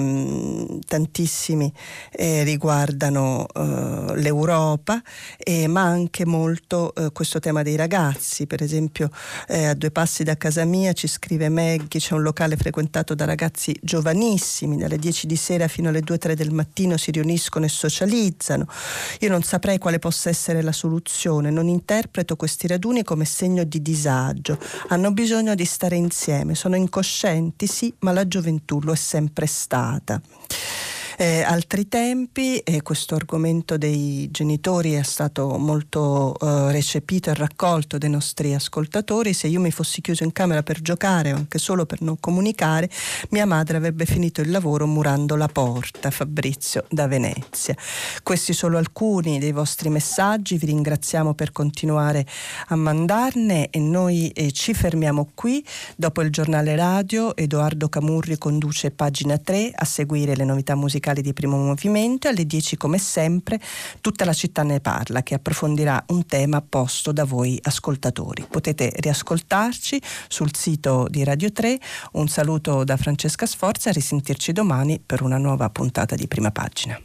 tantissimi riguardano l'Europa, ma anche molto questo tema dei ragazzi. Per esempio, a 2 passi da casa mia, ci scrive Maggie, c'è un locale frequentato da ragazzi giovanissimi, dalle 10 di sera fino alle 2-3 del mattino si riuniscono e socializzano. Io non saprei quale possa essere la soluzione, non interpreto questi raduni come segno di disagio, hanno bisogno di stare insieme, sono incoscienti, sì, ma la gioventù lo è sempre stata. Altri tempi, questo argomento dei genitori è stato molto recepito e raccolto dai nostri ascoltatori. Se io mi fossi chiuso in camera per giocare o anche solo per non comunicare, mia madre avrebbe finito il lavoro murando la porta. Fabrizio da Venezia. Questi solo alcuni dei vostri messaggi, vi ringraziamo per continuare a mandarne, e noi ci fermiamo qui. Dopo il giornale radio, Edoardo Camurri conduce Pagina 3, a seguire le novità musicali di Primo Movimento, e alle 10 come sempre Tutta la città ne parla, che approfondirà un tema posto da voi ascoltatori. Potete riascoltarci sul sito di Radio 3. Un saluto da Francesca Sforza, a risentirci domani per una nuova puntata di Prima Pagina.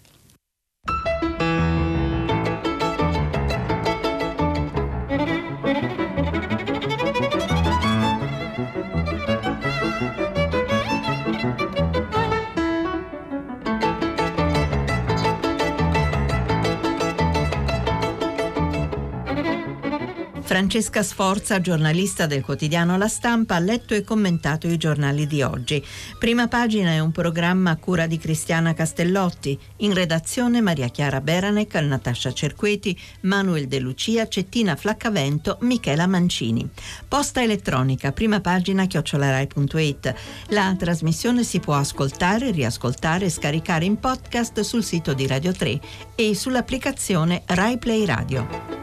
Francesca Sforza, giornalista del quotidiano La Stampa, ha letto e commentato i giornali di oggi. Prima Pagina è un programma a cura di Cristiana Castellotti, in redazione Maria Chiara Beranec, Natascia Cerqueti, Manuel De Lucia, Cettina Flaccavento, Michela Mancini. Posta elettronica primapagina@rai.it. La trasmissione si può ascoltare, riascoltare e scaricare in podcast sul sito di Radio 3 e sull'applicazione Rai Play Radio.